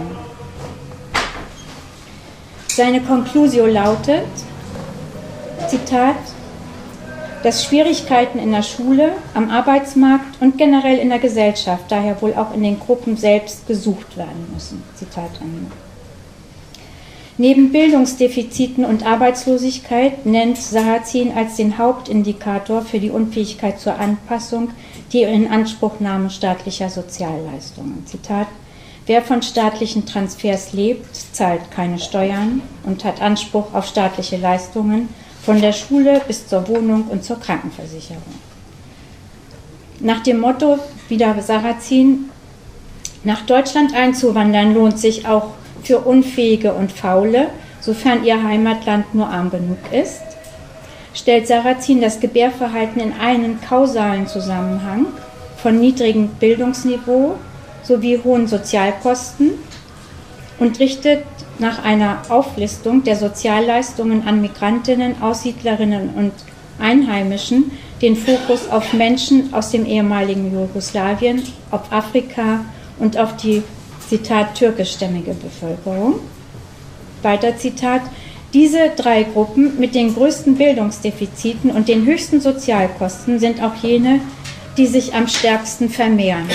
Seine Conclusio lautet, Zitat, dass Schwierigkeiten in der Schule, am Arbeitsmarkt und generell in der Gesellschaft, daher wohl auch in den Gruppen selbst, gesucht werden müssen. Zitat Ende. Neben Bildungsdefiziten und Arbeitslosigkeit nennt Sarrazin als den Hauptindikator für die Unfähigkeit zur Anpassung die Inanspruchnahme staatlicher Sozialleistungen. Zitat: Wer von staatlichen Transfers lebt, zahlt keine Steuern und hat Anspruch auf staatliche Leistungen, von der Schule bis zur Wohnung und zur Krankenversicherung. Nach dem Motto, wieder Sarrazin, nach Deutschland einzuwandern lohnt sich auch für Unfähige und Faule, sofern ihr Heimatland nur arm genug ist, stellt Sarrazin das Gebärverhalten in einen kausalen Zusammenhang von niedrigem Bildungsniveau sowie hohen Sozialkosten und richtet nach einer Auflistung der Sozialleistungen an Migrantinnen, Aussiedlerinnen und Einheimischen den Fokus auf Menschen aus dem ehemaligen Jugoslawien, auf Afrika und auf die, Zitat, türkischstämmige Bevölkerung. Weiter Zitat: Diese drei Gruppen mit den größten Bildungsdefiziten und den höchsten Sozialkosten sind auch jene, die sich am stärksten vermehren.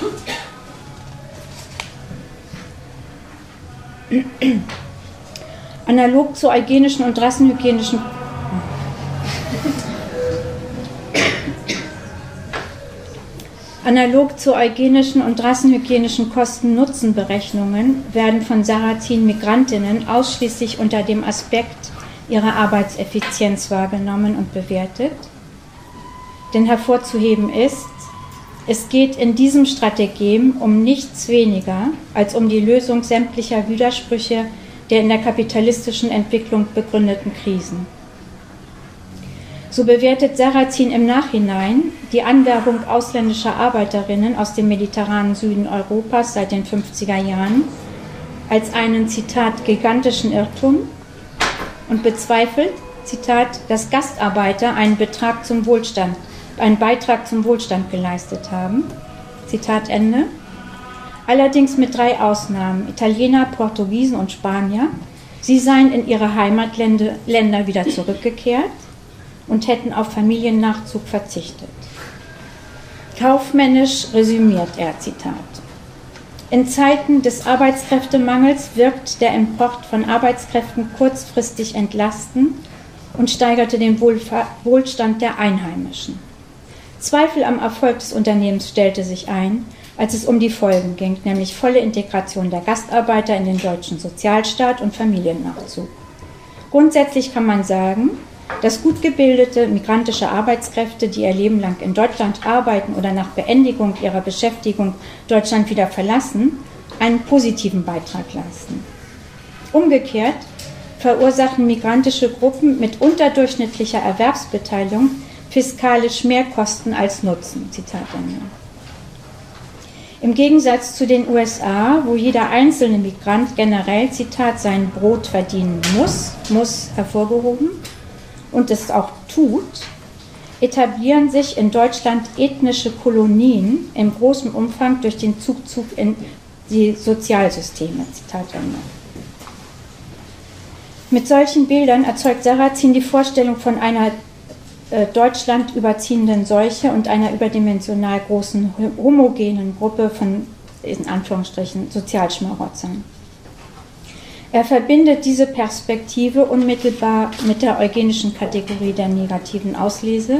Analog zu eugenischen und rassenhygienischen Kosten-Nutzen-Berechnungen werden von Sarrazin Migrantinnen ausschließlich unter dem Aspekt ihrer Arbeitseffizienz wahrgenommen und bewertet. Denn hervorzuheben ist, es geht in diesem Strategem um nichts weniger als um die Lösung sämtlicher Widersprüche der in der kapitalistischen Entwicklung begründeten Krisen. So bewertet Sarrazin im Nachhinein die Anwerbung ausländischer Arbeiterinnen aus dem mediterranen Süden Europas seit den 50er Jahren als einen, Zitat, gigantischen Irrtum und bezweifelt, Zitat, dass Gastarbeiter einen Beitrag zum Wohlstand geleistet haben. Zitat Ende. Allerdings mit drei Ausnahmen: Italiener, Portugiesen und Spanier. Sie seien in ihre Heimatländer wieder zurückgekehrt und hätten auf Familiennachzug verzichtet. Kaufmännisch resümiert er, Zitat: In Zeiten des Arbeitskräftemangels wirkt der Import von Arbeitskräften kurzfristig entlastend und steigerte den Wohlstand der Einheimischen. Zweifel am Erfolg des Unternehmens stellte sich ein, als es um die Folgen ging, nämlich volle Integration der Gastarbeiter in den deutschen Sozialstaat und Familiennachzug. Grundsätzlich kann man sagen, dass gut gebildete migrantische Arbeitskräfte, die ihr Leben lang in Deutschland arbeiten oder nach Beendigung ihrer Beschäftigung Deutschland wieder verlassen, einen positiven Beitrag leisten. Umgekehrt verursachen migrantische Gruppen mit unterdurchschnittlicher Erwerbsbeteiligung fiskalisch mehr Kosten als Nutzen. Zitat Ende. Im Gegensatz zu den USA, wo jeder einzelne Migrant generell, Zitat, sein Brot verdienen muss hervorgehoben und es auch tut, etablieren sich in Deutschland ethnische Kolonien im großen Umfang durch den Zuzug in die Sozialsysteme. Zitat Ende. Mit solchen Bildern erzeugt Sarrazin die Vorstellung von einer Deutschland überziehenden Seuche und einer überdimensional großen homogenen Gruppe von, in Anführungsstrichen, Sozialschmarotzern. Er verbindet diese Perspektive unmittelbar mit der eugenischen Kategorie der negativen Auslese.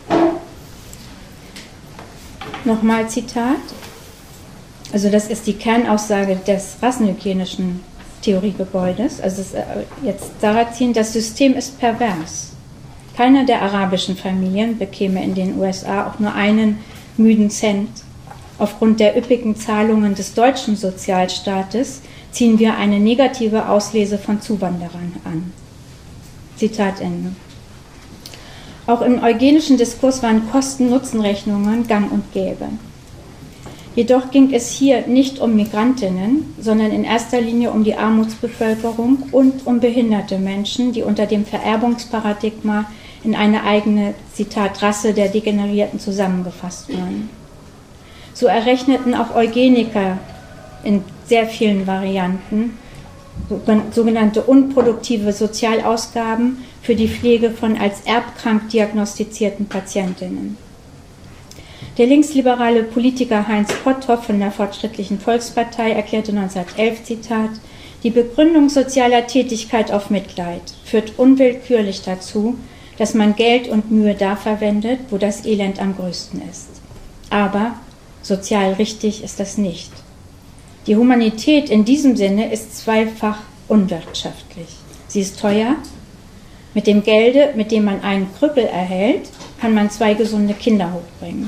Nochmal Zitat. Also das ist die Kernaussage des rassenhygienischen Theoriegebäudes. Also jetzt Sarrazin: Das System ist pervers. Keiner der arabischen Familien bekäme in den USA auch nur einen müden Cent. Aufgrund der üppigen Zahlungen des deutschen Sozialstaates ziehen wir eine negative Auslese von Zuwanderern an. Zitat Ende. Auch im eugenischen Diskurs waren Kosten-Nutzen-Rechnungen gang und gäbe. Jedoch ging es hier nicht um Migrantinnen, sondern in erster Linie um die Armutsbevölkerung und um behinderte Menschen, die unter dem Vererbungsparadigma in eine eigene, Zitat, Rasse der Degenerierten zusammengefasst waren. So errechneten auch Eugeniker in sehr vielen Varianten sogenannte unproduktive Sozialausgaben für die Pflege von als erbkrank diagnostizierten Patientinnen. Der linksliberale Politiker Heinz Potthoff von der Fortschrittlichen Volkspartei erklärte 1911, Zitat: Die Begründung sozialer Tätigkeit auf Mitleid führt unwillkürlich dazu, dass man Geld und Mühe da verwendet, wo das Elend am größten ist. Aber sozial richtig ist das nicht. Die Humanität in diesem Sinne ist zweifach unwirtschaftlich. Sie ist teuer. Mit dem Gelde, mit dem man einen Krüppel erhält, kann man 2 gesunde Kinder hochbringen.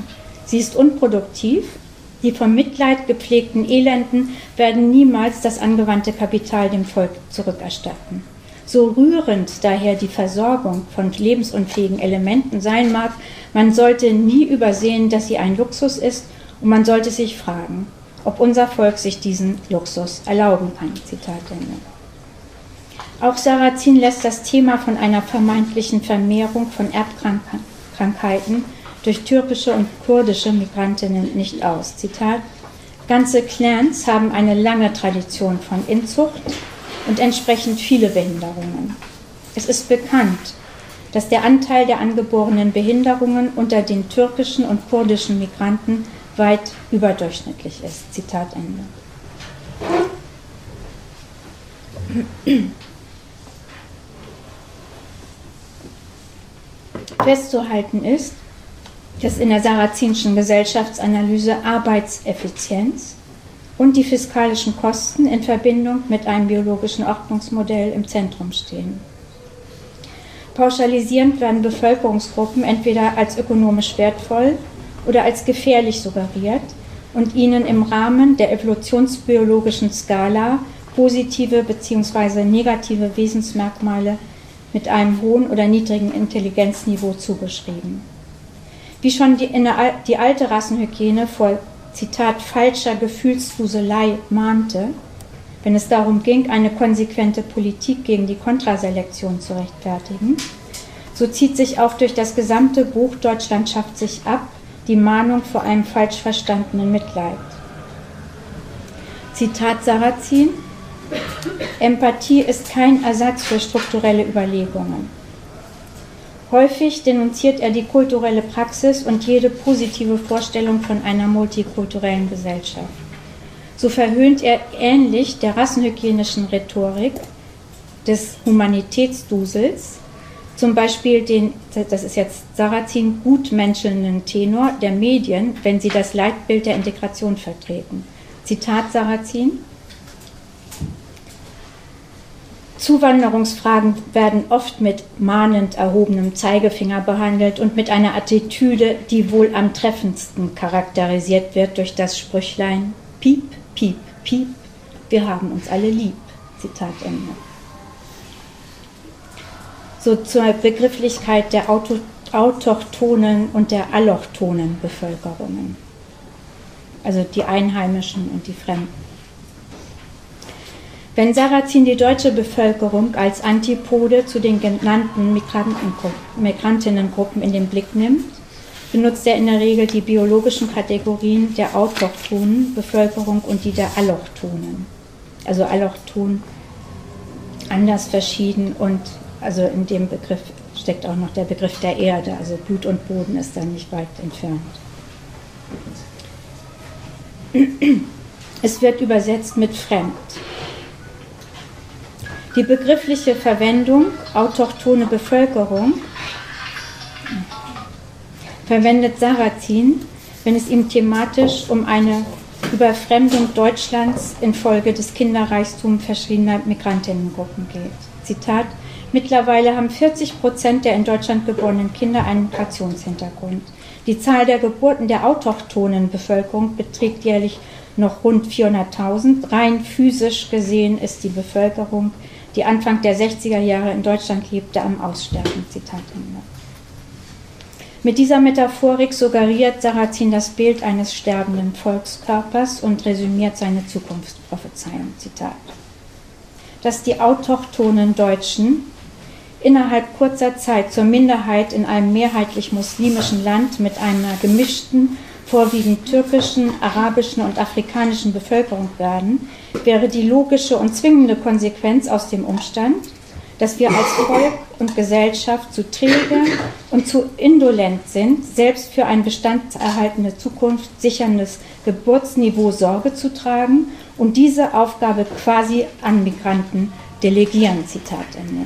Sie ist unproduktiv. Die vom Mitleid gepflegten Elenden werden niemals das angewandte Kapital dem Volk zurückerstatten. So rührend daher die Versorgung von lebensunfähigen Elementen sein mag, man sollte nie übersehen, dass sie ein Luxus ist, und man sollte sich fragen, ob unser Volk sich diesen Luxus erlauben kann. Zitat Ende. Auch Sarrazin lässt das Thema von einer vermeintlichen Vermehrung von Erbkrankheiten durch türkische und kurdische Migrantinnen nicht aus. Zitat: Ganze Clans haben eine lange Tradition von Inzucht und entsprechend viele Behinderungen. Es ist bekannt, dass der Anteil der angeborenen Behinderungen unter den türkischen und kurdischen Migranten weit überdurchschnittlich ist. Zitat Ende. Festzuhalten ist, dass in der sarrazinischen Gesellschaftsanalyse Arbeitseffizienz und die fiskalischen Kosten in Verbindung mit einem biologischen Ordnungsmodell im Zentrum stehen. Pauschalisierend werden Bevölkerungsgruppen entweder als ökonomisch wertvoll oder als gefährlich suggeriert und ihnen im Rahmen der evolutionsbiologischen Skala positive bzw. negative Wesensmerkmale mit einem hohen oder niedrigen Intelligenzniveau zugeschrieben. Wie schon die alte Rassenhygiene vor, Zitat, falscher Gefühlsduselei mahnte, wenn es darum ging, eine konsequente Politik gegen die Kontraselektion zu rechtfertigen, so zieht sich auch durch das gesamte Buch Deutschland schafft sich ab die Mahnung vor einem falsch verstandenen Mitleid. Zitat Sarrazin: Empathie ist kein Ersatz für strukturelle Überlegungen. Häufig denunziert er die kulturelle Praxis und jede positive Vorstellung von einer multikulturellen Gesellschaft. So verhöhnt er ähnlich der rassenhygienischen Rhetorik des Humanitätsdusels, zum Beispiel den, das ist jetzt Sarrazin, gutmenschelnden Tenor der Medien, wenn sie das Leitbild der Integration vertreten. Zitat Sarrazin: Zuwanderungsfragen werden oft mit mahnend erhobenem Zeigefinger behandelt und mit einer Attitüde, die wohl am treffendsten charakterisiert wird durch das Sprüchlein Piep, piep, piep, wir haben uns alle lieb. Zitat Ende. So zur Begrifflichkeit der autochthonen und der allochthonen Bevölkerungen, also die Einheimischen und die Fremden. Wenn Sarrazin die deutsche Bevölkerung als Antipode zu den genannten Migrantinnengruppen in den Blick nimmt, benutzt er in der Regel die biologischen Kategorien der autochthonen Bevölkerung und die der allochthonen. Also allochton, anders, verschieden, und also in dem Begriff steckt auch noch der Begriff der Erde, also Blut und Boden ist da nicht weit entfernt. Es wird übersetzt mit fremd. Die begriffliche Verwendung autochtone Bevölkerung verwendet Sarrazin, wenn es ihm thematisch um eine Überfremdung Deutschlands infolge des Kinderreichtums verschiedener Migrantinnengruppen geht. Zitat: Mittlerweile haben 40% der in Deutschland geborenen Kinder einen Migrationshintergrund. Die Zahl der Geburten der autochthonen Bevölkerung beträgt jährlich noch rund 400.000. Rein physisch gesehen ist die Bevölkerung, die Anfang der 60er Jahre in Deutschland lebte, am Aussterben. Zitat Ende. Mit dieser Metaphorik suggeriert Sarrazin das Bild eines sterbenden Volkskörpers und resümiert seine Zukunftsprophezeiung. Zitat: Dass die autochthonen Deutschen innerhalb kurzer Zeit zur Minderheit in einem mehrheitlich muslimischen Land mit einer gemischten, vorwiegend türkischen, arabischen und afrikanischen Bevölkerung werden, wäre die logische und zwingende Konsequenz aus dem Umstand, dass wir als Volk und Gesellschaft zu träge und zu indolent sind, selbst für ein bestandserhaltende Zukunft sicherndes Geburtsniveau Sorge zu tragen und diese Aufgabe quasi an Migranten delegieren. Zitat Ende.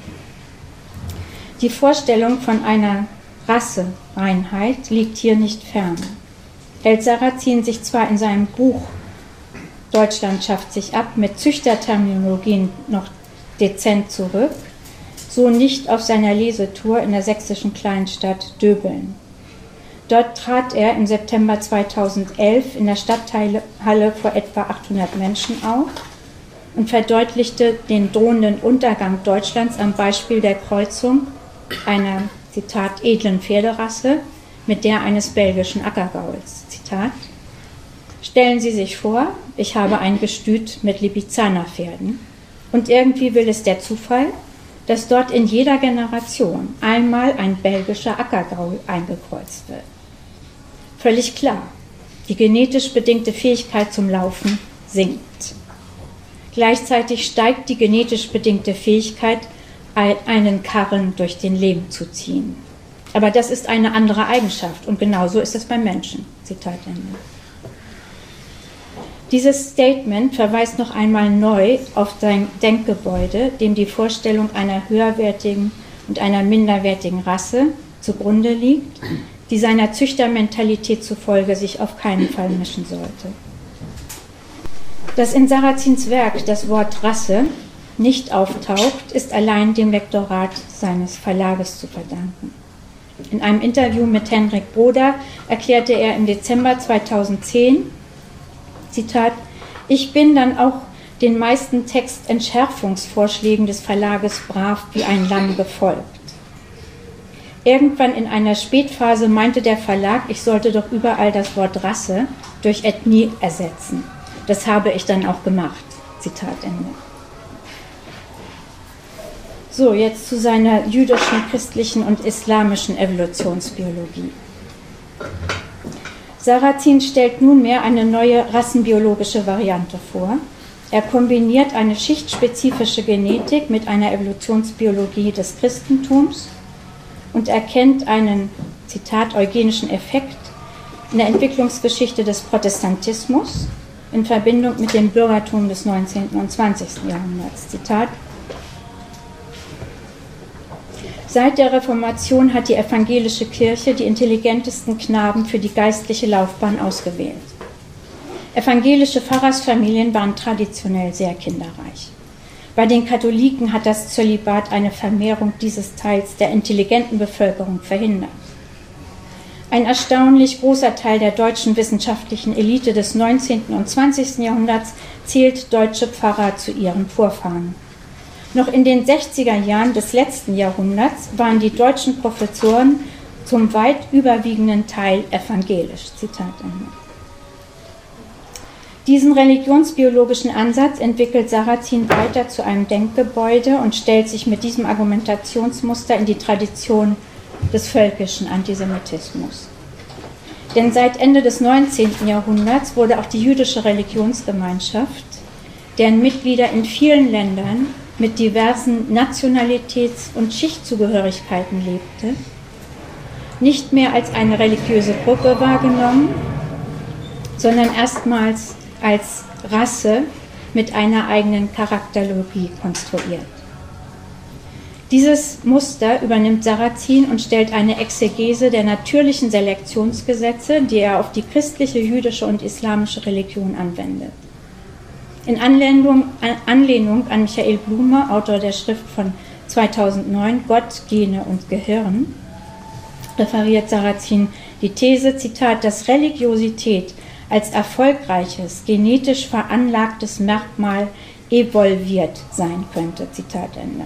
Die Vorstellung von einer Rassereinheit liegt hier nicht fern. Hält Sarrazin sich zwar in seinem Buch Deutschland schafft sich ab mit Züchterterminologien noch dezent zurück, so nicht auf seiner Lesetour in der sächsischen Kleinstadt Döbeln. Dort trat er im September 2011 in der Stadthalle vor etwa 800 Menschen auf und verdeutlichte den drohenden Untergang Deutschlands am Beispiel der Kreuzung einer, Zitat, edlen Pferderasse mit der eines belgischen Ackergauls. Zitat: Stellen Sie sich vor, ich habe ein Gestüt mit Lipizzaner-Pferden und irgendwie will es der Zufall, dass dort in jeder Generation einmal ein belgischer Ackergaul eingekreuzt wird. Völlig klar, die genetisch bedingte Fähigkeit zum Laufen sinkt. Gleichzeitig steigt die genetisch bedingte Fähigkeit, einen Karren durch den Lehm zu ziehen. Aber das ist eine andere Eigenschaft und genauso ist es beim Menschen. Zitat Ende. Dieses Statement verweist noch einmal neu auf sein Denkgebäude, dem die Vorstellung einer höherwertigen und einer minderwertigen Rasse zugrunde liegt, die seiner Züchtermentalität zufolge sich auf keinen Fall mischen sollte. Dass in Sarrazins Werk das Wort Rasse nicht auftaucht, ist allein dem Lektorat seines Verlages zu verdanken. In einem Interview mit Henrik Broder erklärte er im Dezember 2010, Zitat: Ich bin dann auch den meisten Textentschärfungsvorschlägen des Verlages brav wie ein Lamm gefolgt. Irgendwann in einer Spätphase meinte der Verlag, ich sollte doch überall das Wort Rasse durch Ethnie ersetzen. Das habe ich dann auch gemacht. Zitat Ende. So, jetzt zu seiner jüdischen, christlichen und islamischen Evolutionsbiologie. Sarrazin stellt nunmehr eine neue rassenbiologische Variante vor. Er kombiniert eine schichtspezifische Genetik mit einer Evolutionsbiologie des Christentums und erkennt einen, Zitat, eugenischen Effekt in der Entwicklungsgeschichte des Protestantismus in Verbindung mit dem Bürgertum des 19. und 20. Jahrhunderts. Zitat: Seit der Reformation hat die evangelische Kirche die intelligentesten Knaben für die geistliche Laufbahn ausgewählt. Evangelische Pfarrersfamilien waren traditionell sehr kinderreich. Bei den Katholiken hat das Zölibat eine Vermehrung dieses Teils der intelligenten Bevölkerung verhindert. Ein erstaunlich großer Teil der deutschen wissenschaftlichen Elite des 19. und 20. Jahrhunderts zählt deutsche Pfarrer zu ihren Vorfahren. Noch in den 60er Jahren des letzten Jahrhunderts waren die deutschen Professoren zum weit überwiegenden Teil evangelisch. Zitat Ende. Diesen religionsbiologischen Ansatz entwickelt Sarrazin weiter zu einem Denkgebäude und stellt sich mit diesem Argumentationsmuster in die Tradition des völkischen Antisemitismus. Denn seit Ende des 19. Jahrhunderts wurde auch die jüdische Religionsgemeinschaft, deren Mitglieder in vielen Ländern mit diversen Nationalitäts- und Schichtzugehörigkeiten lebte, nicht mehr als eine religiöse Gruppe wahrgenommen, sondern erstmals als Rasse mit einer eigenen Charakterologie konstruiert. Dieses Muster übernimmt Sarrazin und stellt eine Exegese der natürlichen Selektionsgesetze, die er auf die christliche, jüdische und islamische Religion anwendet. In Anlehnung an Michael Blume, Autor der Schrift von 2009, Gott, Gene und Gehirn, referiert Sarrazin die These, Zitat, dass Religiosität als erfolgreiches, genetisch veranlagtes Merkmal evolviert sein könnte. Zitat Ende.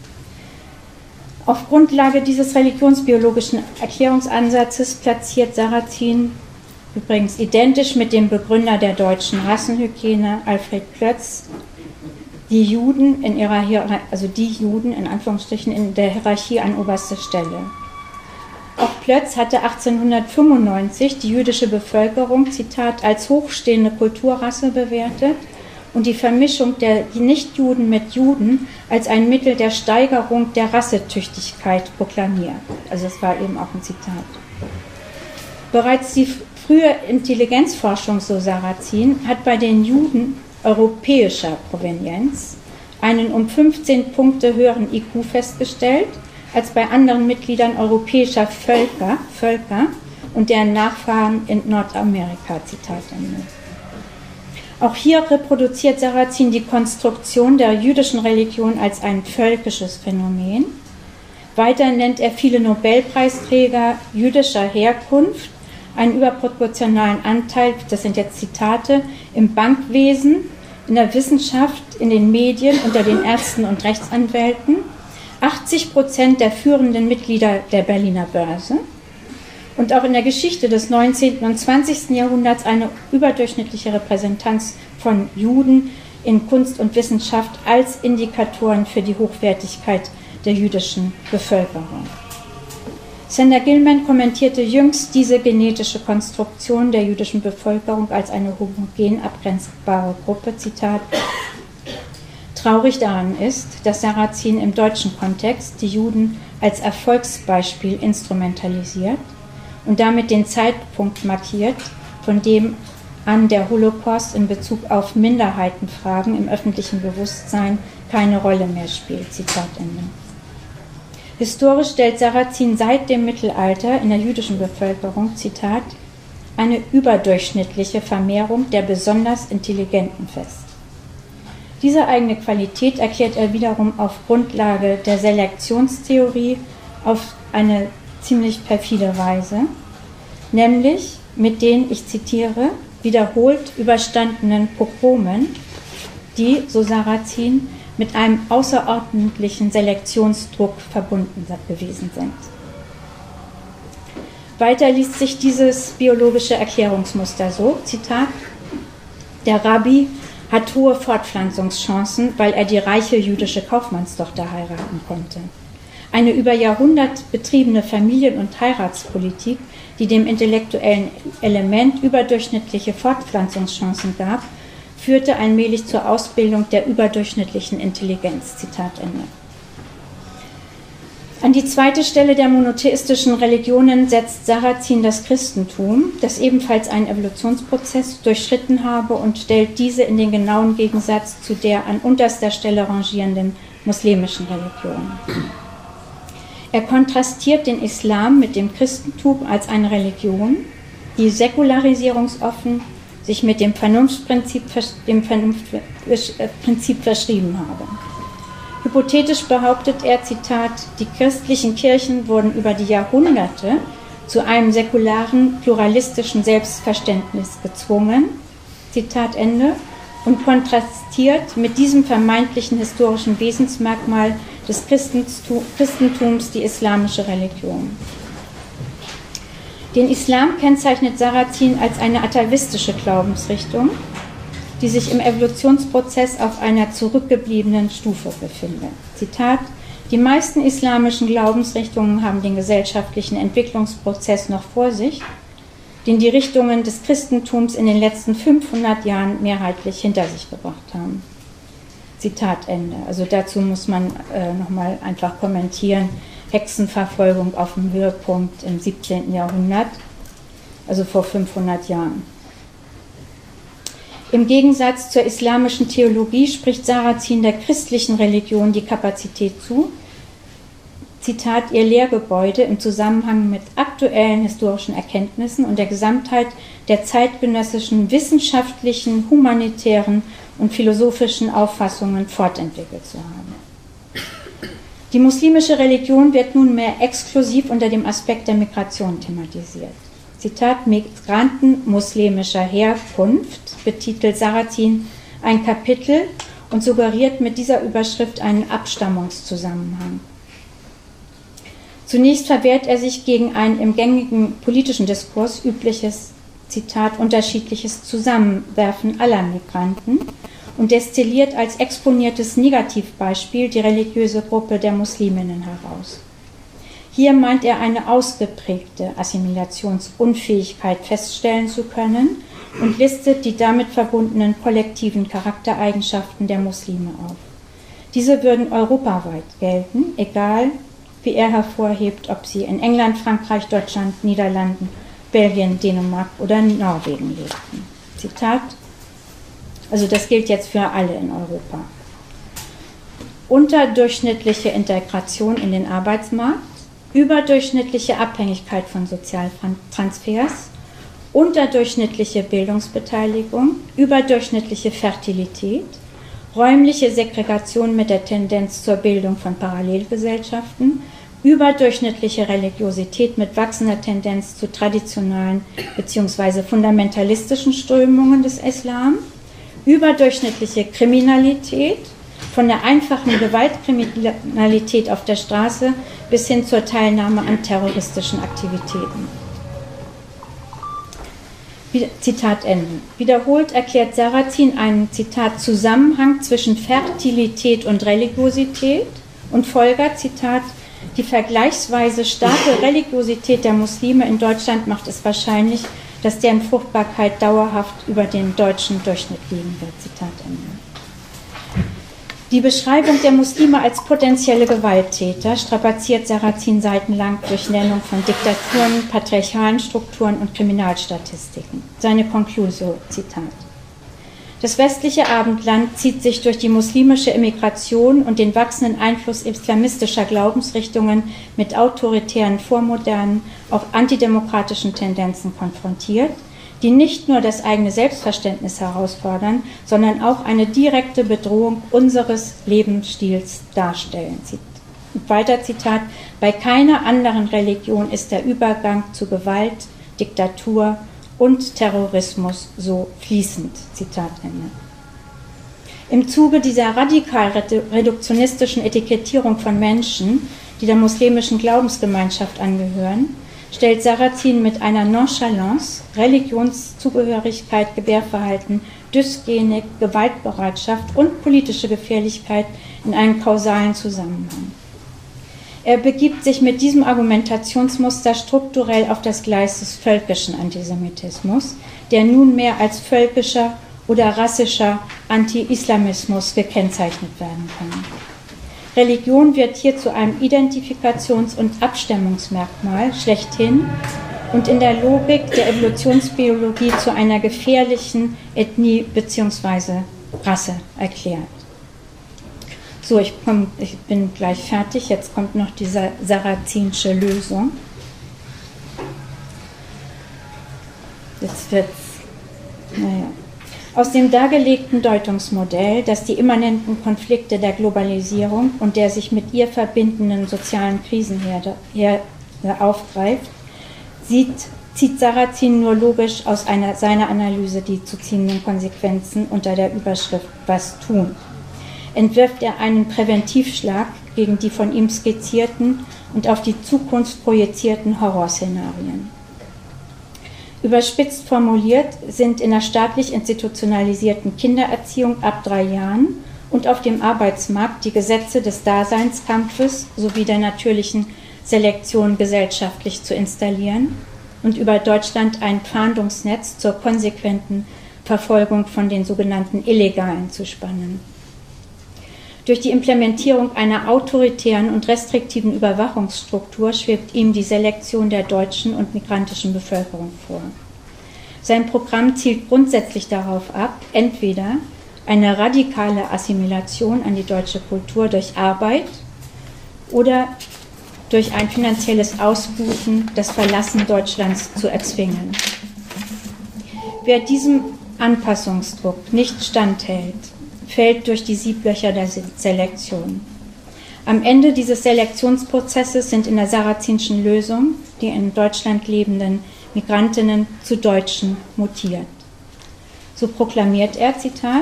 Auf Grundlage dieses religionsbiologischen Erklärungsansatzes platziert Sarrazin, übrigens identisch mit dem Begründer der deutschen Rassenhygiene, Alfred Ploetz, die Juden in ihrer in Anführungsstrichen in der Hierarchie an oberster Stelle. Auch Ploetz hatte 1895 die jüdische Bevölkerung, Zitat, als hochstehende Kulturrasse bewertet und die Vermischung der Nichtjuden mit Juden als ein Mittel der Steigerung der Rassetüchtigkeit proklamiert. Also das war eben auch ein Zitat. Bereits die frühe Intelligenzforschung, so Sarrazin, hat bei den Juden europäischer Provenienz einen um 15 Punkte höheren IQ festgestellt als bei anderen Mitgliedern europäischer Völker und deren Nachfahren in Nordamerika. Zitat Ende. Auch hier reproduziert Sarrazin die Konstruktion der jüdischen Religion als ein völkisches Phänomen, Weiter nennt er viele Nobelpreisträger jüdischer Herkunft, einen überproportionalen Anteil, das sind jetzt Zitate, im Bankwesen, in der Wissenschaft, in den Medien, unter den Ärzten und Rechtsanwälten, 80% der führenden Mitglieder der Berliner Börse und auch in der Geschichte des 19. und 20. Jahrhunderts eine überdurchschnittliche Repräsentanz von Juden in Kunst und Wissenschaft als Indikatoren für die Hochwertigkeit der jüdischen Bevölkerung. Sander Gilman kommentierte jüngst diese genetische Konstruktion der jüdischen Bevölkerung als eine homogen abgrenzbare Gruppe. Zitat: Traurig daran ist, dass Sarrazin im deutschen Kontext die Juden als Erfolgsbeispiel instrumentalisiert und damit den Zeitpunkt markiert, von dem an der Holocaust in Bezug auf Minderheitenfragen im öffentlichen Bewusstsein keine Rolle mehr spielt. Zitat Ende. Historisch stellt Sarrazin seit dem Mittelalter in der jüdischen Bevölkerung, Zitat, eine überdurchschnittliche Vermehrung der besonders Intelligenten fest. Diese eigene Qualität erklärt er wiederum auf Grundlage der Selektionstheorie auf eine ziemlich perfide Weise, nämlich mit den, ich zitiere, wiederholt überstandenen Pogromen, die, so Sarrazin, mit einem außerordentlichen Selektionsdruck verbunden gewesen sind. Weiter liest sich dieses biologische Erklärungsmuster so, Zitat, der Rabbi hat hohe Fortpflanzungschancen, weil er die reiche jüdische Kaufmannstochter heiraten konnte. Eine über Jahrhundert betriebene Familien- und Heiratspolitik, die dem intellektuellen Element überdurchschnittliche Fortpflanzungschancen gab, führte allmählich zur Ausbildung der überdurchschnittlichen Intelligenz. Zitat Ende. An die zweite Stelle der monotheistischen Religionen setzt Sarrazin das Christentum, das ebenfalls einen Evolutionsprozess durchschritten habe und stellt diese in den genauen Gegensatz zu der an unterster Stelle rangierenden muslimischen Religion. Er kontrastiert den Islam mit dem Christentum als eine Religion, die säkularisierungsoffen sich mit dem Vernunftprinzip verschrieben habe. Hypothetisch behauptet er, Zitat, die christlichen Kirchen wurden über die Jahrhunderte zu einem säkularen, pluralistischen Selbstverständnis gezwungen, Zitat Ende, und kontrastiert mit diesem vermeintlichen historischen Wesensmerkmal des Christentums die islamische Religion. Den Islam kennzeichnet Sarrazin als eine atavistische Glaubensrichtung, die sich im Evolutionsprozess auf einer zurückgebliebenen Stufe befindet. Zitat: Die meisten islamischen Glaubensrichtungen haben den gesellschaftlichen Entwicklungsprozess noch vor sich, den die Richtungen des Christentums in den letzten 500 Jahren mehrheitlich hinter sich gebracht haben. Zitat Ende. Also dazu muss man nochmal einfach kommentieren. Hexenverfolgung auf dem Höhepunkt im 17. Jahrhundert, also vor 500 Jahren. Im Gegensatz zur islamischen Theologie spricht Sarrazin der christlichen Religion die Kapazität zu, Zitat, ihr Lehrgebäude im Zusammenhang mit aktuellen historischen Erkenntnissen und der Gesamtheit der zeitgenössischen wissenschaftlichen, humanitären und philosophischen Auffassungen fortentwickelt zu haben. Die muslimische Religion wird nunmehr exklusiv unter dem Aspekt der Migration thematisiert. Zitat, Migranten muslimischer Herkunft betitelt Sarrazin ein Kapitel und suggeriert mit dieser Überschrift einen Abstammungszusammenhang. Zunächst verwehrt er sich gegen ein im gängigen politischen Diskurs übliches, Zitat, unterschiedliches Zusammenwerfen aller Migranten und destilliert als exponiertes Negativbeispiel die religiöse Gruppe der Musliminnen heraus. Hier meint er eine ausgeprägte Assimilationsunfähigkeit feststellen zu können und listet die damit verbundenen kollektiven Charaktereigenschaften der Muslime auf. Diese würden europaweit gelten, egal wie er hervorhebt, ob sie in England, Frankreich, Deutschland, Niederlanden, Belgien, Dänemark oder Norwegen lebten. Zitat, also das gilt jetzt für alle in Europa. Unterdurchschnittliche Integration in den Arbeitsmarkt, überdurchschnittliche Abhängigkeit von Sozialtransfers, unterdurchschnittliche Bildungsbeteiligung, überdurchschnittliche Fertilität, räumliche Segregation mit der Tendenz zur Bildung von Parallelgesellschaften, überdurchschnittliche Religiosität mit wachsender Tendenz zu traditionalen bzw. fundamentalistischen Strömungen des Islam, überdurchschnittliche Kriminalität, von der einfachen Gewaltkriminalität auf der Straße bis hin zur Teilnahme an terroristischen Aktivitäten. Zitat Ende. Wiederholt erklärt Sarrazin einen, Zitat, Zusammenhang zwischen Fertilität und Religiosität und folgert, Zitat, die vergleichsweise starke Religiosität der Muslime in Deutschland macht es wahrscheinlich, dass deren Fruchtbarkeit dauerhaft über den deutschen Durchschnitt liegen wird. Zitat Ende. Die Beschreibung der Muslime als potenzielle Gewalttäter strapaziert Sarrazin seitenlang durch Nennung von Diktaturen, patriarchalen Strukturen und Kriminalstatistiken. Seine Conclusio, Zitat. Das westliche Abendland zieht sich durch die muslimische Immigration und den wachsenden Einfluss islamistischer Glaubensrichtungen mit autoritären Vormodernen, auch antidemokratischen Tendenzen konfrontiert, die nicht nur das eigene Selbstverständnis herausfordern, sondern auch eine direkte Bedrohung unseres Lebensstils darstellen. Weiter Zitat, bei keiner anderen Religion ist der Übergang zu Gewalt, Diktatur und Terrorismus so fließend. Zitat Ende. Im Zuge dieser radikal reduktionistischen Etikettierung von Menschen, die der muslimischen Glaubensgemeinschaft angehören, stellt Sarrazin mit einer Nonchalance Religionszugehörigkeit, Gebärverhalten, Dysgenik, Gewaltbereitschaft und politische Gefährlichkeit in einen kausalen Zusammenhang. Er begibt sich mit diesem Argumentationsmuster strukturell auf das Gleis des völkischen Antisemitismus, der nunmehr als völkischer oder rassischer Anti-Islamismus gekennzeichnet werden kann. Religion wird hier zu einem Identifikations- und Abstammungsmerkmal schlechthin und in der Logik der Evolutionsbiologie zu einer gefährlichen Ethnie bzw. Rasse erklärt. So, ich bin gleich fertig. Jetzt kommt noch die sarrazinsche Lösung. Jetzt wird's, naja. Aus dem dargelegten Deutungsmodell, das die immanenten Konflikte der Globalisierung und der sich mit ihr verbindenden sozialen Krisenherde aufgreift, zieht Sarrazin nur logisch aus seiner Analyse die zu ziehenden Konsequenzen unter der Überschrift Was tun? Entwirft er einen Präventivschlag gegen die von ihm skizzierten und auf die Zukunft projizierten Horrorszenarien. Überspitzt formuliert sind in der staatlich institutionalisierten Kindererziehung ab 3 Jahren und auf dem Arbeitsmarkt die Gesetze des Daseinskampfes sowie der natürlichen Selektion gesellschaftlich zu installieren und über Deutschland ein Fahndungsnetz zur konsequenten Verfolgung von den sogenannten Illegalen zu spannen. Durch die Implementierung einer autoritären und restriktiven Überwachungsstruktur schwebt ihm die Selektion der deutschen und migrantischen Bevölkerung vor. Sein Programm zielt grundsätzlich darauf ab, entweder eine radikale Assimilation an die deutsche Kultur durch Arbeit oder durch ein finanzielles Ausbluten das Verlassen Deutschlands zu erzwingen. Wer diesem Anpassungsdruck nicht standhält, fällt durch die Sieblöcher der Selektion. Am Ende dieses Selektionsprozesses sind in der sarrazinschen Lösung die in Deutschland lebenden Migrantinnen zu Deutschen mutiert. So proklamiert er, Zitat,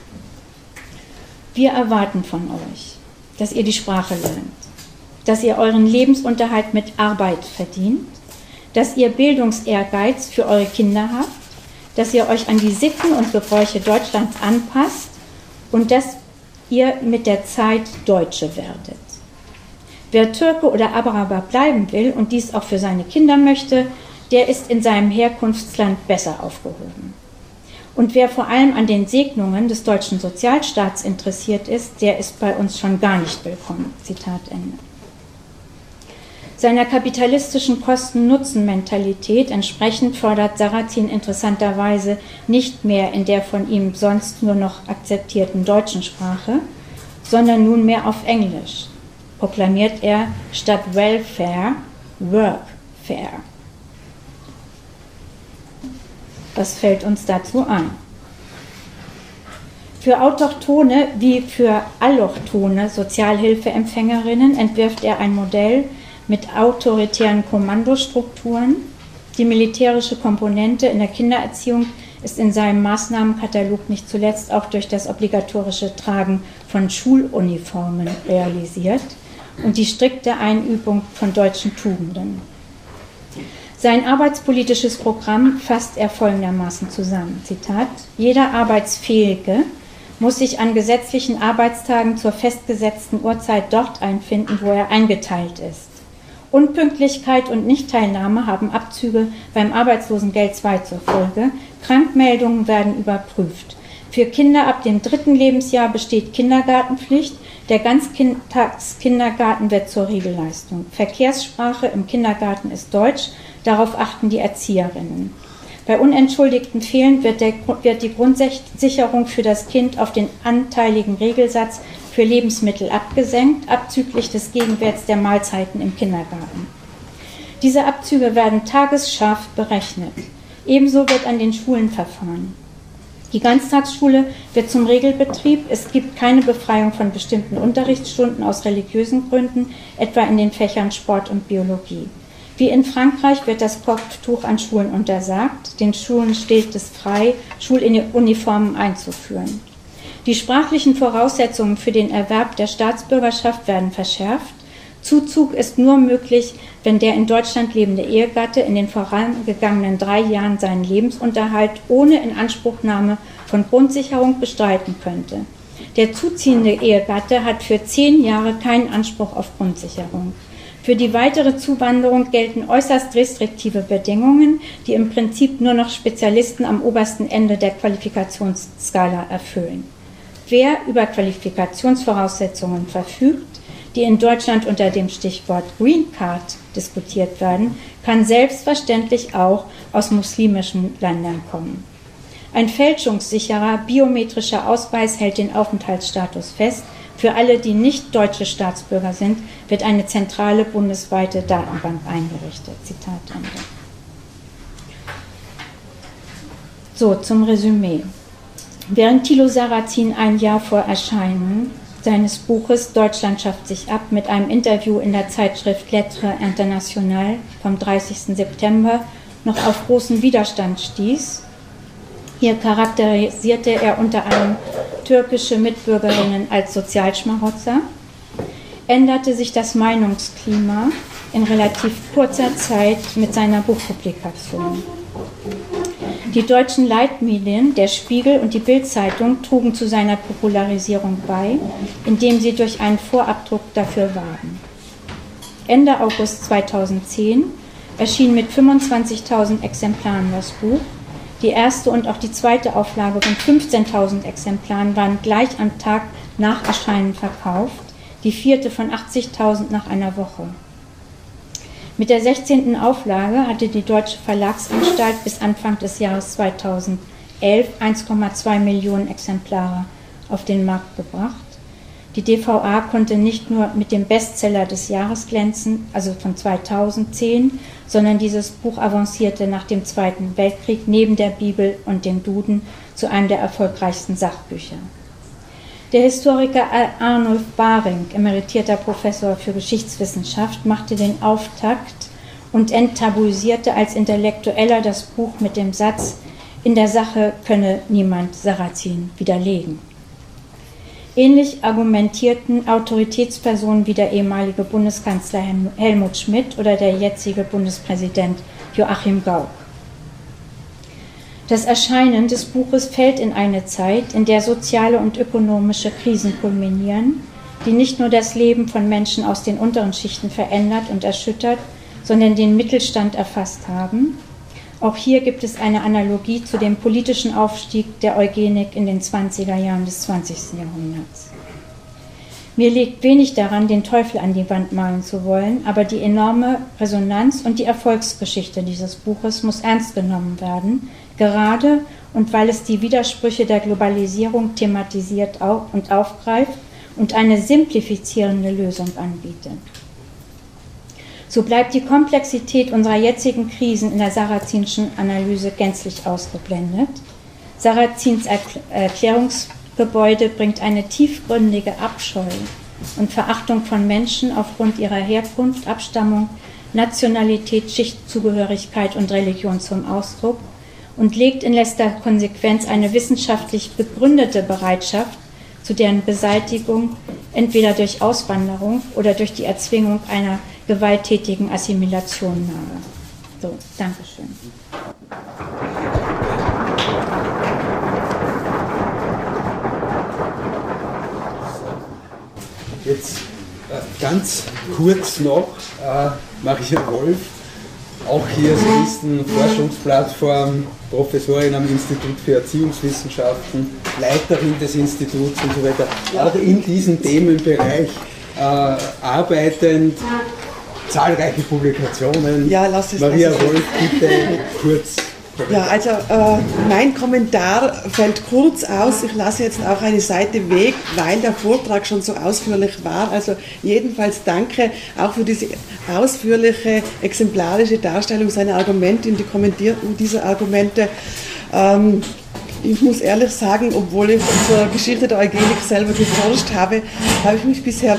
wir erwarten von euch, dass ihr die Sprache lernt, dass ihr euren Lebensunterhalt mit Arbeit verdient, dass ihr Bildungsehrgeiz für eure Kinder habt, dass ihr euch an die Sitten und Gebräuche Deutschlands anpasst und dass ihr mit der Zeit Deutsche werdet. Wer Türke oder Araber bleiben will und dies auch für seine Kinder möchte, der ist in seinem Herkunftsland besser aufgehoben. Und wer vor allem an den Segnungen des deutschen Sozialstaats interessiert ist, der ist bei uns schon gar nicht willkommen. Zitat Ende. Seiner kapitalistischen Kosten-Nutzen-Mentalität entsprechend fordert Sarrazin interessanterweise nicht mehr in der von ihm sonst nur noch akzeptierten deutschen Sprache, sondern nunmehr auf Englisch, proklamiert er statt Welfare, Workfare. Was fällt uns dazu ein? Für autochthone wie für allochthone Sozialhilfeempfängerinnen entwirft er ein Modell, mit autoritären Kommandostrukturen. Die militärische Komponente in der Kindererziehung ist in seinem Maßnahmenkatalog nicht zuletzt auch durch das obligatorische Tragen von Schuluniformen realisiert und die strikte Einübung von deutschen Tugenden. Sein arbeitspolitisches Programm fasst er folgendermaßen zusammen, Zitat: Jeder Arbeitsfähige muss sich an gesetzlichen Arbeitstagen zur festgesetzten Uhrzeit dort einfinden, wo er eingeteilt ist. Unpünktlichkeit und Nichtteilnahme haben Abzüge beim Arbeitslosengeld II zur Folge. Krankmeldungen werden überprüft. Für Kinder ab dem 3. Lebensjahr besteht Kindergartenpflicht. Der Ganztagskindergarten wird zur Regelleistung. Verkehrssprache im Kindergarten ist Deutsch. Darauf achten die Erzieherinnen. Bei unentschuldigten Fehlen wird die Grundsicherung für das Kind auf den anteiligen Regelsatz für Lebensmittel abgesenkt, abzüglich des Gegenwerts der Mahlzeiten im Kindergarten. Diese Abzüge werden tagesscharf berechnet. Ebenso wird an den Schulen verfahren. Die Ganztagsschule wird zum Regelbetrieb. Es gibt keine Befreiung von bestimmten Unterrichtsstunden aus religiösen Gründen, etwa in den Fächern Sport und Biologie. Wie in Frankreich wird das Kopftuch an Schulen untersagt. Den Schulen steht es frei, Schuluniformen einzuführen. Die sprachlichen Voraussetzungen für den Erwerb der Staatsbürgerschaft werden verschärft. Zuzug ist nur möglich, wenn der in Deutschland lebende Ehegatte in den vorangegangenen 3 Jahren seinen Lebensunterhalt ohne Inanspruchnahme von Grundsicherung bestreiten könnte. Der zuziehende Ehegatte hat für 10 Jahre keinen Anspruch auf Grundsicherung. Für die weitere Zuwanderung gelten äußerst restriktive Bedingungen, die im Prinzip nur noch Spezialisten am obersten Ende der Qualifikationsskala erfüllen. Wer über Qualifikationsvoraussetzungen verfügt, die in Deutschland unter dem Stichwort Green Card diskutiert werden, kann selbstverständlich auch aus muslimischen Ländern kommen. Ein fälschungssicherer biometrischer Ausweis hält den Aufenthaltsstatus fest. Für alle, die nicht deutsche Staatsbürger sind, wird eine zentrale bundesweite Datenbank eingerichtet. Zitat Ende. So, zum Resümee. Während Thilo Sarrazin ein Jahr vor Erscheinen seines Buches Deutschland schafft sich ab mit einem Interview in der Zeitschrift Lettres Internationales vom 30. September noch auf großen Widerstand stieß. Hier charakterisierte er unter anderem türkische Mitbürgerinnen als Sozialschmarotzer, änderte sich das Meinungsklima in relativ kurzer Zeit mit seiner Buchpublikation. Die deutschen Leitmedien, der Spiegel und die Bild-Zeitung, trugen zu seiner Popularisierung bei, indem sie durch einen Vorabdruck dafür warben. Ende August 2010 erschien mit 25.000 Exemplaren das Buch. Die erste und auch die zweite Auflage von 15.000 Exemplaren waren gleich am Tag nach Erscheinen verkauft, die vierte von 80.000 nach einer Woche. Mit der 16. Auflage hatte die Deutsche Verlagsanstalt bis Anfang des Jahres 2011 1,2 Millionen Exemplare auf den Markt gebracht. Die DVA konnte nicht nur mit dem Bestseller des Jahres glänzen, also von 2010, sondern dieses Buch avancierte nach dem Zweiten Weltkrieg neben der Bibel und dem Duden zu einem der erfolgreichsten Sachbücher. Der Historiker Arnulf Baring, emeritierter Professor für Geschichtswissenschaft, machte den Auftakt und enttabuisierte als Intellektueller das Buch mit dem Satz: In der Sache könne niemand Sarrazin widerlegen. Ähnlich argumentierten Autoritätspersonen wie der ehemalige Bundeskanzler Helmut Schmidt oder der jetzige Bundespräsident Joachim Gauck. Das Erscheinen des Buches fällt in eine Zeit, in der soziale und ökonomische Krisen kulminieren, die nicht nur das Leben von Menschen aus den unteren Schichten verändert und erschüttert, sondern den Mittelstand erfasst haben. Auch hier gibt es eine Analogie zu dem politischen Aufstieg der Eugenik in den 20er Jahren des 20. Jahrhunderts. Mir liegt wenig daran, den Teufel an die Wand malen zu wollen, aber die enorme Resonanz und die Erfolgsgeschichte dieses Buches muss ernst genommen werden, gerade und weil es die Widersprüche der Globalisierung thematisiert und aufgreift und eine simplifizierende Lösung anbietet. So bleibt die Komplexität unserer jetzigen Krisen in der Sarrazinschen Analyse gänzlich ausgeblendet. Sarrazins Erklärungsgebäude bringt eine tiefgründige Abscheu und Verachtung von Menschen aufgrund ihrer Herkunft, Abstammung, Nationalität, Schichtzugehörigkeit und Religion zum Ausdruck und legt in letzter Konsequenz eine wissenschaftlich begründete Bereitschaft zu deren Beseitigung entweder durch Auswanderung oder durch die Erzwingung einer gewalttätigen Assimilation nahe. So, Dankeschön. Jetzt ganz kurz noch, Maria Wolf, auch hier Forschungsplattform, Professorin am Institut für Erziehungswissenschaften, Leiterin des Instituts und so weiter, auch in diesem Themenbereich arbeitend, zahlreiche Publikationen. Ja, lass es Maria Wolf, bitte kurz. Ja, also mein Kommentar fällt kurz aus. Ich lasse jetzt auch eine Seite weg, weil der Vortrag schon so ausführlich war. Also jedenfalls danke auch für diese ausführliche, exemplarische Darstellung seiner Argumente und die Kommentierung dieser Argumente. Ich muss ehrlich sagen, obwohl ich zur Geschichte der Eugenik selber geforscht habe, habe ich mich bisher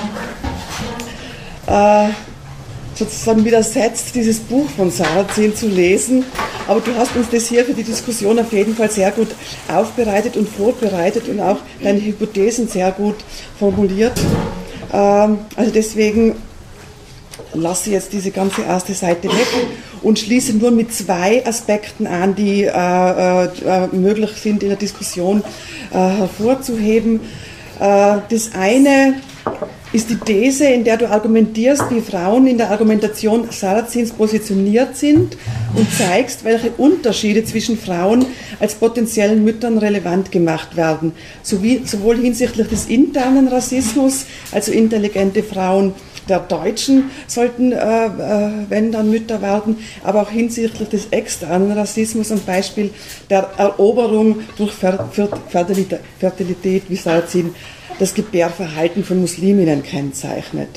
sozusagen widersetzt, dieses Buch von Sarrazin zu lesen. Aber du hast uns das hier für die Diskussion auf jeden Fall sehr gut aufbereitet und vorbereitet und auch deine Hypothesen sehr gut formuliert. Also deswegen lasse ich jetzt diese ganze erste Seite weg und schließe nur mit zwei Aspekten an, die möglich sind in der Diskussion hervorzuheben. Das eine ist die These, in der du argumentierst, wie Frauen in der Argumentation Sarrazins positioniert sind und zeigst, welche Unterschiede zwischen Frauen als potenziellen Müttern relevant gemacht werden, sowohl hinsichtlich des internen Rassismus, also intelligente Frauen der Deutschen sollten, wenn dann Mütter werden, aber auch hinsichtlich des externen Rassismus, am Beispiel der Eroberung durch Fertilität, wie Sarrazin das Gebärverhalten von Musliminnen kennzeichnet.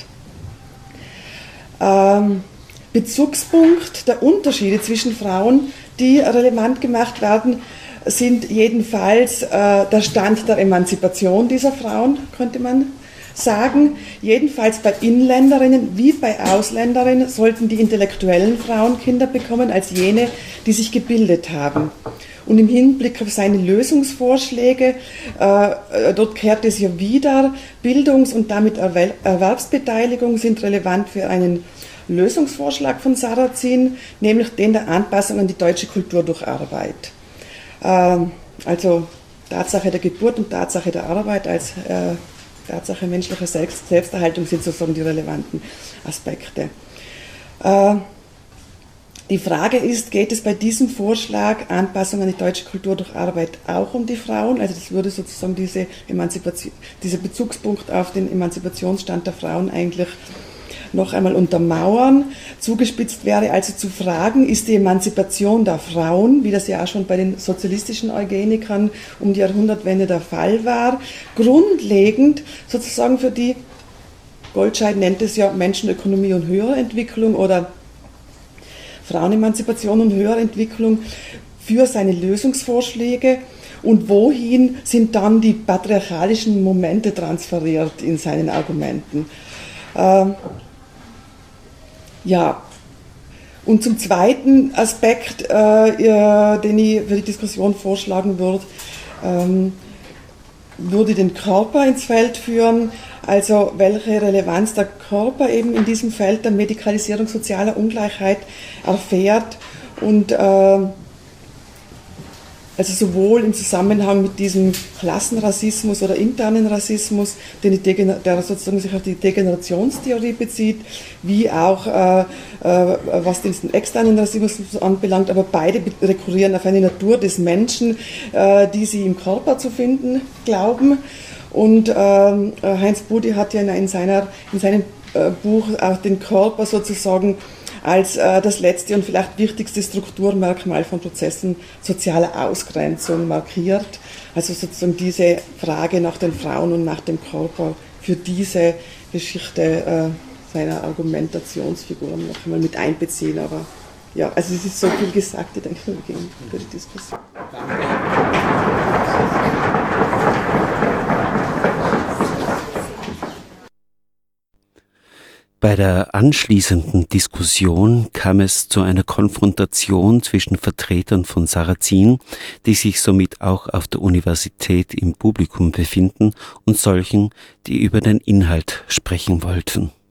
Bezugspunkt der Unterschiede zwischen Frauen, die relevant gemacht werden, sind jedenfalls der Stand der Emanzipation dieser Frauen, könnte man sagen. Jedenfalls bei Inländerinnen wie bei Ausländerinnen sollten die intellektuellen Frauen Kinder bekommen als jene, die sich gebildet haben. Und im Hinblick auf seine Lösungsvorschläge, dort kehrt es ja wieder, Bildungs- und damit Erwerbsbeteiligung sind relevant für einen Lösungsvorschlag von Sarrazin, nämlich den der Anpassung an die deutsche Kultur durch Arbeit. Also Tatsache der Geburt und Tatsache der Arbeit als Tatsache menschlicher Selbsterhaltung sind sozusagen die relevanten Aspekte. Die Frage ist, geht es bei diesem Vorschlag Anpassung an die deutsche Kultur durch Arbeit auch um die Frauen? Also das würde sozusagen dieser Bezugspunkt auf den Emanzipationsstand der Frauen eigentlich noch einmal untermauern. Zugespitzt wäre also zu fragen, ist die Emanzipation der Frauen, wie das ja auch schon bei den sozialistischen Eugenikern um die Jahrhundertwende der Fall war, grundlegend sozusagen für die, Goldscheid nennt es ja Menschenökonomie und höhere Entwicklung oder Frauenemanzipation und höhere Entwicklung für seine Lösungsvorschläge und wohin sind dann die patriarchalischen Momente transferiert in seinen Argumenten. Ja, und zum zweiten Aspekt, den ich für die Diskussion vorschlagen würde den Körper ins Feld führen, also welche Relevanz der Körper eben in diesem Feld der Medikalisierung sozialer Ungleichheit erfährt und also sowohl im Zusammenhang mit diesem Klassenrassismus oder internen Rassismus, der sozusagen sich auf die Degenerationstheorie bezieht, wie auch was den externen Rassismus anbelangt, aber beide rekurrieren auf eine Natur des Menschen, die sie im Körper zu finden glauben. Und Heinz Budi hat ja in seinem Buch auch den Körper sozusagen als das letzte und vielleicht wichtigste Strukturmerkmal von Prozessen sozialer Ausgrenzung markiert. Also sozusagen diese Frage nach den Frauen und nach dem Körper für diese Geschichte seiner Argumentationsfiguren noch einmal mit einbeziehen. Aber ja, also es ist so viel gesagt, ich denke, wir gehen für die Diskussion. Danke. Bei der anschließenden Diskussion kam es zu einer Konfrontation zwischen Vertretern von Sarrazin, die sich somit auch auf der Universität im Publikum befinden, und solchen, die über den Inhalt sprechen wollten.